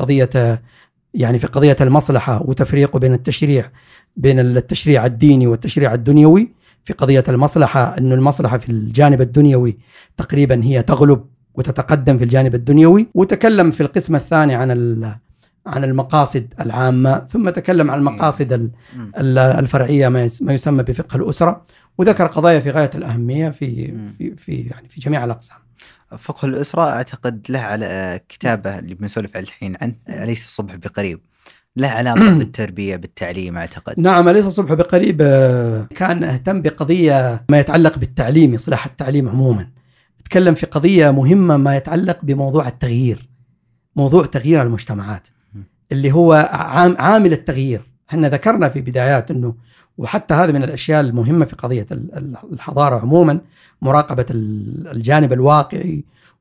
قضية المصلحة وتفريقه بين التشريع الديني والتشريع الدنيوي. في قضية المصلحة أنه المصلحة في الجانب الدنيوي تقريبا هي تغلب وتتقدم في الجانب الدنيوي. وتكلم في القسم الثاني عن المقاصد العامة، ثم تكلم عن المقاصد الفرعية ما يسمى بفقه الأسرة، وذكر قضايا في غاية الأهمية في جميع الأقسام. فقه الأسرة أعتقد له على كتابه اللي بنسولف الحين عنه، أليس الصبح بقريب، له علاقة بالتربية بالتعليم أعتقد. نعم، أليس الصبح بقريب كان اهتم بقضية ما يتعلق بالتعليم، إصلاح التعليم عموما. تكلم في قضية مهمة ما يتعلق بموضوع التغيير، موضوع تغيير المجتمعات اللي هو عامل التغيير. احنا ذكرنا في بدايات أنه، وحتى هذا من الأشياء المهمة في قضية الحضارة عموما، مراقبة الجانب الواقعي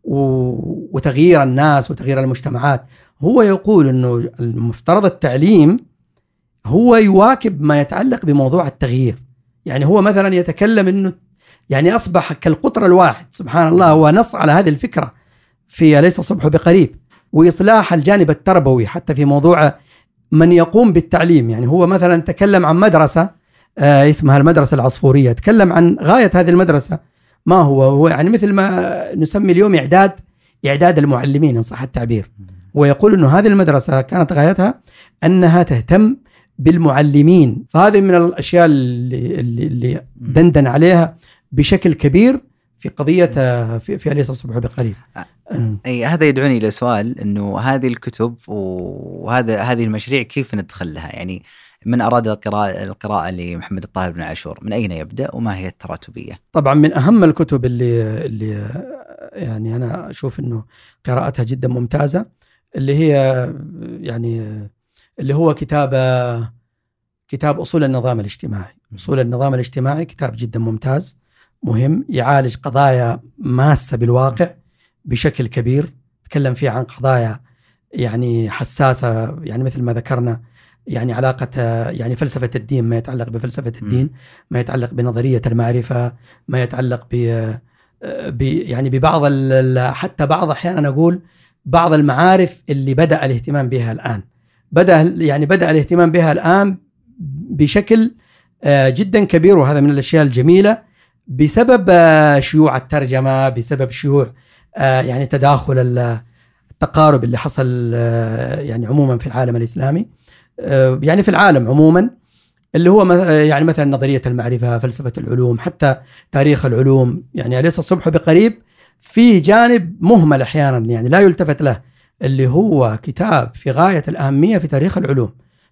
وتغيير الناس وتغيير المجتمعات. هو يقول أنه المفترض التعليم هو يواكب ما يتعلق بموضوع التغيير. يعني هو مثلا يتكلم أنه يعني أصبح كالقطر الواحد، سبحان الله. هو نص على هذه الفكرة في ليس الصبح بقريب، وإصلاح الجانب التربوي حتى في موضوع من يقوم بالتعليم. يعني هو مثلا تكلم عن مدرسة اسمها المدرسة العصفورية، تكلم عن غاية هذه المدرسة ما هو يعني مثل ما نسمي اليوم إعداد المعلمين إن صح التعبير. ويقول أنه هذه المدرسة كانت غايتها أنها تهتم بالمعلمين. فهذه من الأشياء اللي دندن عليها بشكل كبير في قضية في ليس الصبح بقريب. أي هذا يدعوني إلى سؤال، إنه هذه الكتب وهذه المشاريع كيف ندخلها؟ يعني من أراد القراءة لمحمد الطاهر بن عاشور من أين يبدأ وما هي التراتبية؟ طبعا من أهم الكتب اللي يعني أنا أشوف أنه قراءتها جدا ممتازة اللي هي يعني اللي هو كتاب أصول النظام الاجتماعي. أصول النظام الاجتماعي كتاب جدا ممتاز مهم، يعالج قضايا ماسة بالواقع بشكل كبير، تكلم فيه عن قضايا يعني حساسة، يعني مثل ما ذكرنا يعني علاقة يعني فلسفة الدين، ما يتعلق بفلسفة الدين، ما يتعلق بنظرية المعرفة، ما يتعلق يعني ببعض حتى بعض أحيانا أقول بعض المعارف اللي بدأ الاهتمام بها الآن، بدأ الاهتمام بها الآن بشكل جدا كبير، وهذا من الأشياء الجميلة بسبب شيوع الترجمة، بسبب شيوع يعني تداخل التقارب اللي حصل يعني عموما في العالم الإسلامي، يعني في العالم عموما، اللي هو يعني مثلا نظرية المعرفة، فلسفة العلوم، حتى تاريخ العلوم. يعني أليس الصبح بقريب فيه جانب مهمل أحيانا يعني لا يلتفت له، اللي هو كتاب في غاية الأهمية في تاريخ العلوم،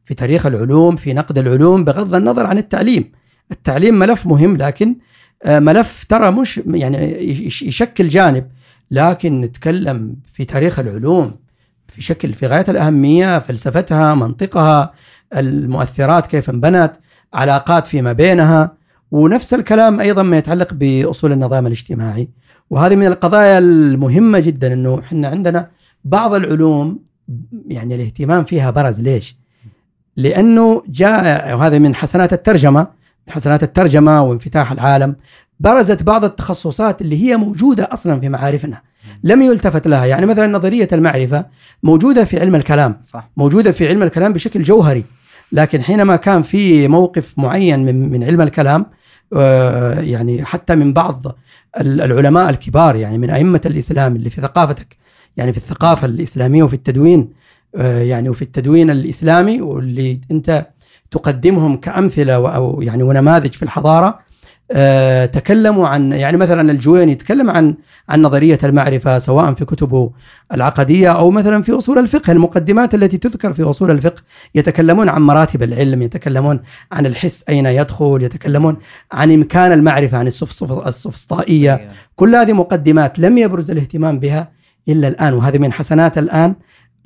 في نقد العلوم بغض النظر عن التعليم. التعليم ملف مهم، لكن ملف ترى مش يعني يشكل جانب، لكن نتكلم في تاريخ العلوم في غاية الأهمية، فلسفتها، منطقها، المؤثرات كيف انبنت، علاقات فيما بينها، ونفس الكلام أيضا ما يتعلق بأصول النظام الاجتماعي. وهذه من القضايا المهمة جدا، أنه إحنا عندنا بعض العلوم يعني الاهتمام فيها برز. ليش؟ لأنه جاء، وهذا من حسنات الترجمة وانفتاح العالم، برزت بعض التخصصات اللي هي موجودة أصلا في معارفنا لم يلتفت لها. يعني مثلا نظرية المعرفة موجودة في علم الكلام، موجودة في علم الكلام بشكل جوهري، لكن حينما كان في موقف معين من علم الكلام، يعني حتى من بعض العلماء الكبار، يعني من أئمة الإسلام اللي في ثقافتك، يعني في الثقافة الإسلامية وفي التدوين، يعني وفي التدوين الإسلامي، واللي أنت تقدمهم كأمثلة أو يعني ونماذج في الحضارة، تكلموا عن، يعني مثلا الجويني يتكلم عن نظرية المعرفة، سواء في كتبه العقدية أو مثلا في أصول الفقه، المقدمات التي تذكر في أصول الفقه يتكلمون عن مراتب العلم، يتكلمون عن الحس أين يدخل، يتكلمون عن إمكان المعرفة، عن السفسطائية. كل هذه مقدمات لم يبرز الاهتمام بها إلا الآن، وهذه من حسنات الآن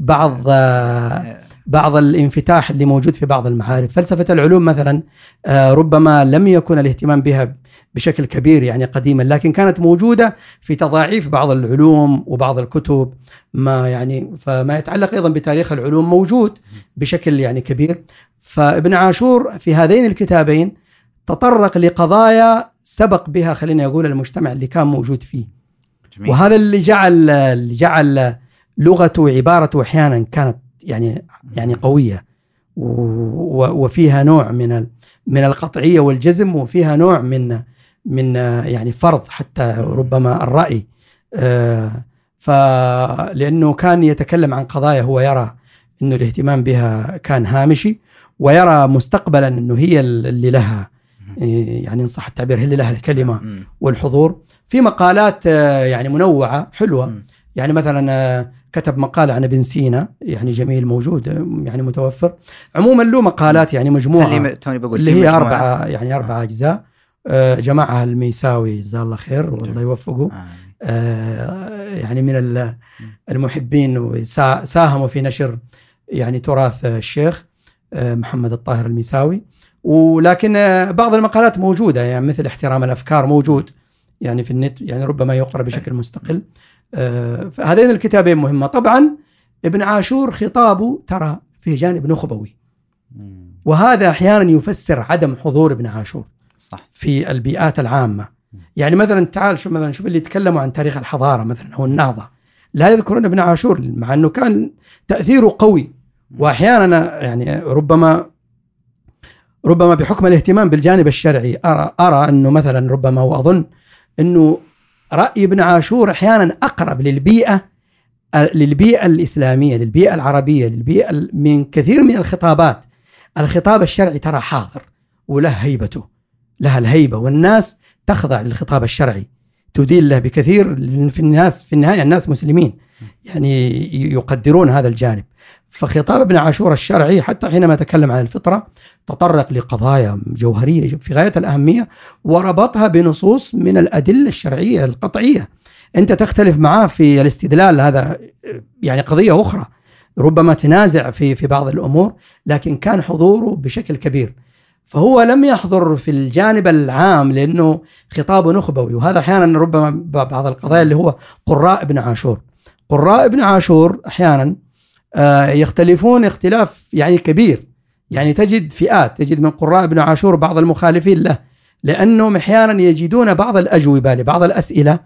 بعض الانفتاح اللي موجود في بعض المعارف. فلسفة العلوم مثلا ربما لم يكن الاهتمام بها بشكل كبير يعني قديما، لكن كانت موجودة في تضاعيف بعض العلوم وبعض الكتب، فما يتعلق أيضا بتاريخ العلوم موجود بشكل يعني كبير. فابن عاشور في هذين الكتابين تطرق لقضايا سبق بها، خلينا أقول، المجتمع اللي كان موجود فيه. جميل. وهذا اللي جعل لغته وعبارته أحيانا كانت يعني قوية، وفيها نوع من القطعية والجزم، وفيها نوع من يعني فرض حتى ربما الرأي، لأنه كان يتكلم عن قضايا هو يرى أنه الاهتمام بها كان هامشي، ويرى مستقبلا أنه هي اللي لها، يعني إن صح التعبير، هي اللي لها الكلمة والحضور. في مقالات يعني منوعة حلوة، يعني مثلا كتب مقال عن ابن سينا يعني جميل، موجود يعني متوفر. عموما له مقالات يعني مجموعة اللي هي أربعة أجزاء، جمعها الميساوي جزاه الله خير والله يوفقه، يعني من المحبين، وساهموا في نشر يعني تراث الشيخ محمد الطاهر الميساوي. ولكن بعض المقالات موجودة، يعني مثل احترام الأفكار موجود يعني في النت، يعني ربما يقرأ بشكل مستقل. فهذين الكتابين مهمة. طبعا ابن عاشور خطابه ترى فيه جانب نخبوي، وهذا أحيانا يفسر عدم حضور ابن عاشور في البيئات العامة. يعني مثلا تعال شوف اللي يتكلموا عن تاريخ الحضارة مثلا أو النهضة، لا يذكرون ابن عاشور، مع أنه كان تأثيره قوي. وأحيانا يعني ربما بحكم الاهتمام بالجانب الشرعي أرى أنه مثلا ربما، وأظن أنه رأي ابن عاشور أحيانا أقرب للبيئة الإسلامية، للبيئة العربية، للبيئة من كثير من الخطابات. الخطاب الشرعي ترى حاضر وله هيبته، لها الهيبة، والناس تخضع للخطاب الشرعي، تدين له بكثير. في النهاية الناس مسلمين يعني يقدرون هذا الجانب. فخطاب ابن عاشور الشرعي حتى حينما تكلم عن الفطرة تطرق لقضايا جوهرية في غاية الأهمية، وربطها بنصوص من الأدلة الشرعية القطعية. أنت تختلف معاه في الاستدلال، هذا يعني قضية أخرى، ربما تنازع في بعض الأمور، لكن كان حضوره بشكل كبير. فهو لم يحضر في الجانب العام لأنه خطاب نخبوي، وهذا أحيانا ربما بعض القضايا اللي هو قراء ابن عاشور. قراء ابن عاشور أحيانا يختلفون اختلاف يعني كبير، يعني تجد فئات، تجد من قراء ابن عاشور بعض المخالفين له، لأنهم أحيانا يجدون بعض الأجوبة لبعض الأسئلة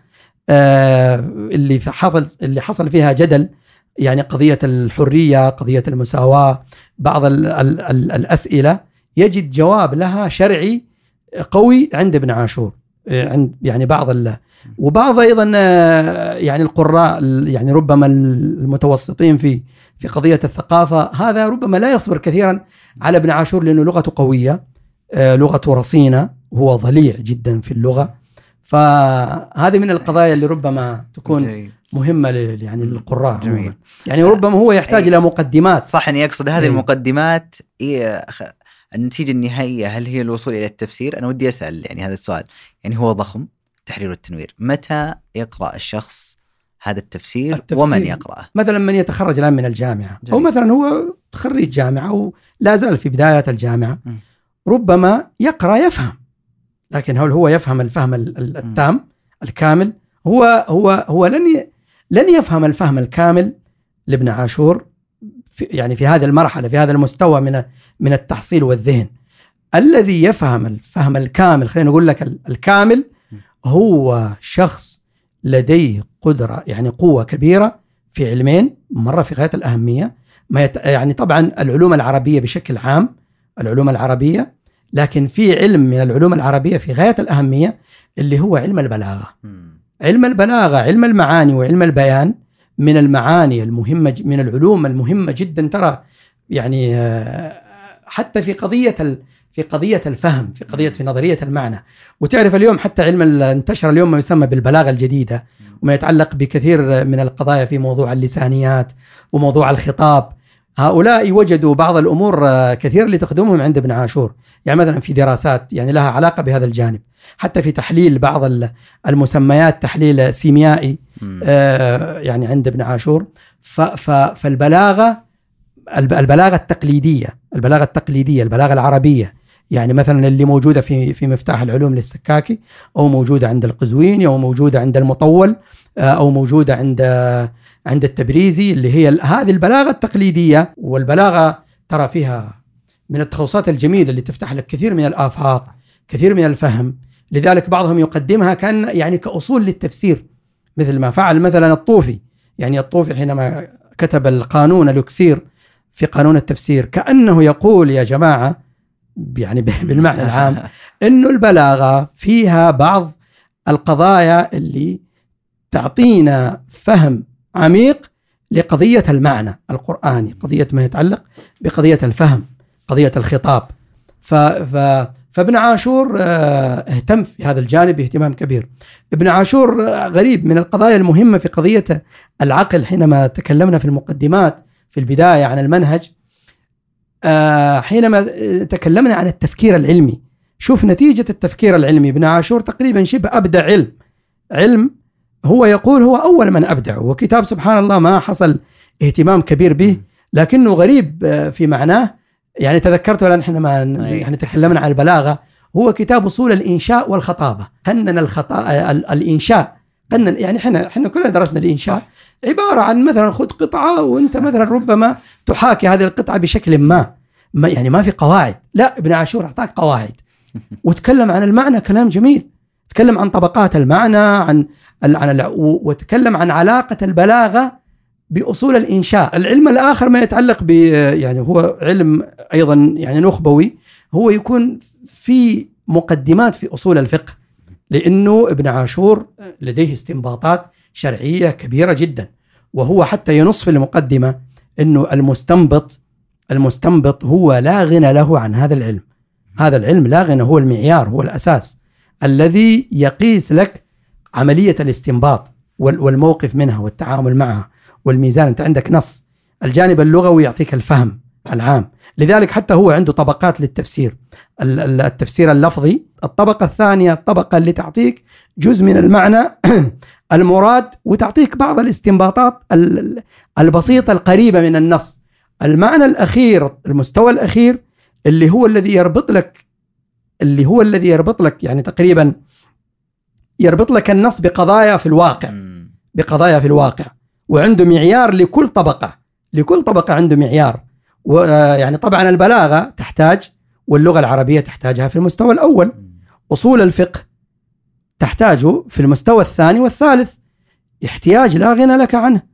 اللي حصل فيها جدل، يعني قضية الحرية، قضية المساواة، بعض الأسئلة يجد جواب لها شرعي قوي عند ابن عاشور، عند يعني وبعض أيضا يعني القراء يعني ربما المتوسطين في قضية الثقافة، هذا ربما لا يصبر كثيرا على ابن عاشور لأنه لغته قوية، لغته رصينة، هو ضليع جدا في اللغة. فهذه من القضايا اللي ربما تكون مهمة يعني للقراء. جميل. يعني ربما هو يحتاج إلى مقدمات. صح، أن يقصد هذه المقدمات النتيجة النهائية هل هي الوصول إلى التفسير؟ أنا ودي أسأل يعني هذا السؤال، يعني هو ضخم التحرير والتنوير، متى يقرأ الشخص هذا التفسير ومن يقرأه؟ مثلا من يتخرج الآن من الجامعة، أو مثلا هو خريج جامعة ولا زال في بداية الجامعة، ربما يقرأ يفهم، لكن هل هو يفهم الفهم التام الكامل؟ هو لن يفهم الفهم الكامل لابن عاشور يعني في هذه المرحلة، في هذا المستوى من التحصيل والذهن. الذي يفهم الفهم الكامل، خلينا نقول لك الكامل، هو شخص لديه قدرة يعني قوة كبيرة في علمين مرة في غاية الأهمية، يعني طبعا العلوم العربية بشكل عام، العلوم العربية، لكن في علم من العلوم العربية في غاية الأهمية اللي هو علم البلاغة. علم البلاغة، علم المعاني وعلم البيان، من المعاني المهمة، من العلوم المهمة جدا ترى، يعني حتى في قضية الفهم، في نظرية المعنى. وتعرف اليوم حتى علم انتشر اليوم ما يسمى بالبلاغة الجديدة، وما يتعلق بكثير من القضايا في موضوع اللسانيات وموضوع الخطاب. هؤلاء وجدوا بعض الأمور كثير اللي تخدمهم عند ابن عاشور، يعني مثلا في دراسات يعني لها علاقة بهذا الجانب، حتى في تحليل بعض المسميات، تحليل سيميائي يعني عند ابن عاشور. فالبلاغة، البلاغة التقليدية، البلاغة العربية، يعني مثلا اللي موجودة في مفتاح العلوم للسكاكي، أو موجودة عند القزويني، أو موجودة عند المطول، أو موجودة عند التبريزي، اللي هي هذه البلاغة التقليدية. والبلاغة ترى فيها من التخصصات الجميلة اللي تفتح لك كثير من الآفاق، كثير من الفهم. لذلك بعضهم يقدمها كان يعني كأصول للتفسير، مثل ما فعل مثلا الطوفي. يعني الطوفي حينما كتب القانون اليكسير في قانون التفسير، كأنه يقول يا جماعة يعني بالمعنى العام إنه البلاغة فيها بعض القضايا اللي تعطينا فهم عميق لقضية المعنى القرآني، قضية ما يتعلق بقضية الفهم، قضية الخطاب. فابن عاشور اهتم في هذا الجانب اهتمام كبير. ابن عاشور غريب من القضايا المهمة في قضية العقل. حينما تكلمنا في المقدمات في البداية عن المنهج، حينما تكلمنا عن التفكير العلمي، شوف نتيجة التفكير العلمي. ابن عاشور تقريبا شبه أبدع علم هو يقول هو أول من أبدع، وكتاب سبحان الله ما حصل اهتمام كبير به، لكنه غريب في معناه. يعني تذكرته لأن حينما يعني تكلمنا عن البلاغة، هو كتاب أصول الإنشاء والخطابة. قنن الإنشاء، قنن يعني احنا كلنا درسنا الإنشاء، عبارة عن مثلا خذ قطعة وانت مثلا ربما تحاكي هذه القطعة بشكل ما يعني ما في قواعد. لا، ابن عاشور أعطاك قواعد وتكلم عن المعنى كلام جميل، تكلم عن طبقات المعنى، وتكلم عن علاقة البلاغة بأصول الإنشاء. العلم الآخر ما يتعلق يعني هو علم أيضا يعني نخبوي، هو يكون في مقدمات في أصول الفقه، لأنه ابن عاشور لديه استنباطات شرعية كبيرة جدا. وهو حتى ينص في المقدمة أنه المستنبط هو لا غنى له عن هذا العلم. هذا العلم لا غنى، هو المعيار، هو الأساس الذي يقيس لك عملية الاستنباط والموقف منها والتعامل معها والميزان. أنت عندك نص، الجانب اللغوي يعطيك الفهم العام، لذلك حتى هو عنده طبقات للتفسير، التفسير اللفظي، الطبقة الثانية الطبقة اللي تعطيك جزء من المعنى المراد وتعطيك بعض الاستنباطات البسيطة القريبة من النص. المعنى الأخير، المستوى الأخير اللي هو الذي يربط لك يعني تقريبا يربط لك النص بقضايا في الواقع، وعنده معيار لكل طبقة عنده معيار. ويعني طبعا البلاغة تحتاج، واللغة العربية تحتاجها في المستوى الأول، أصول الفقه تحتاجه في المستوى الثاني والثالث، احتياج لا غنى لك عنه.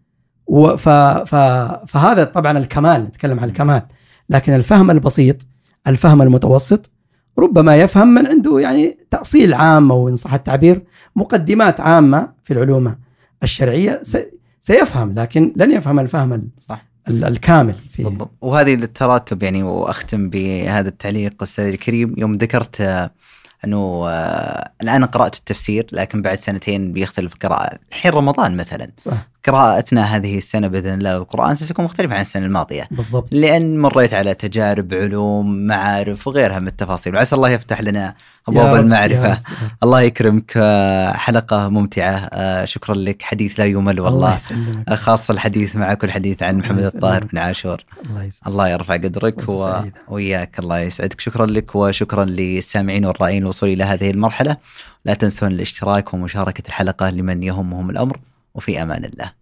فهذا طبعا الكمال، نتكلم عن الكمال. لكن الفهم البسيط، الفهم المتوسط، ربما يفهم من عنده يعني تأصيل عام، أو إن صح التعبير مقدمات عامة في العلوم الشرعية سيفهم، لكن لن يفهم الفهم الكامل في بالضبط. وهذه للتراتب يعني. وأختم بهذا التعليق أستاذ الكريم، يوم ذكرت أنه الآن قرأت التفسير لكن بعد سنتين بيختلف قراءة. الحين رمضان مثلا، صح. قراءتنا هذه السنة بإذن الله القرآن ستكون مختلفة عن السنة الماضية بالضبط. لأن مريت على تجارب، علوم، معارف وغيرها من التفاصيل، وعسى الله يفتح لنا أبواب المعرفة. الله يكرمك، حلقة ممتعة، شكرا لك، حديث لا يمل والله، خاصة الحديث معك والحديث عن محمد الطاهر بن عاشور. الله يرفع قدرك وإياك، الله يسعدك. شكرا لك وشكرا للسامعين والرائين الوصول إلى هذه المرحلة. لا تنسون الاشتراك ومشاركة الحلقة لمن يهمهم الأمر، وفي أمان الله.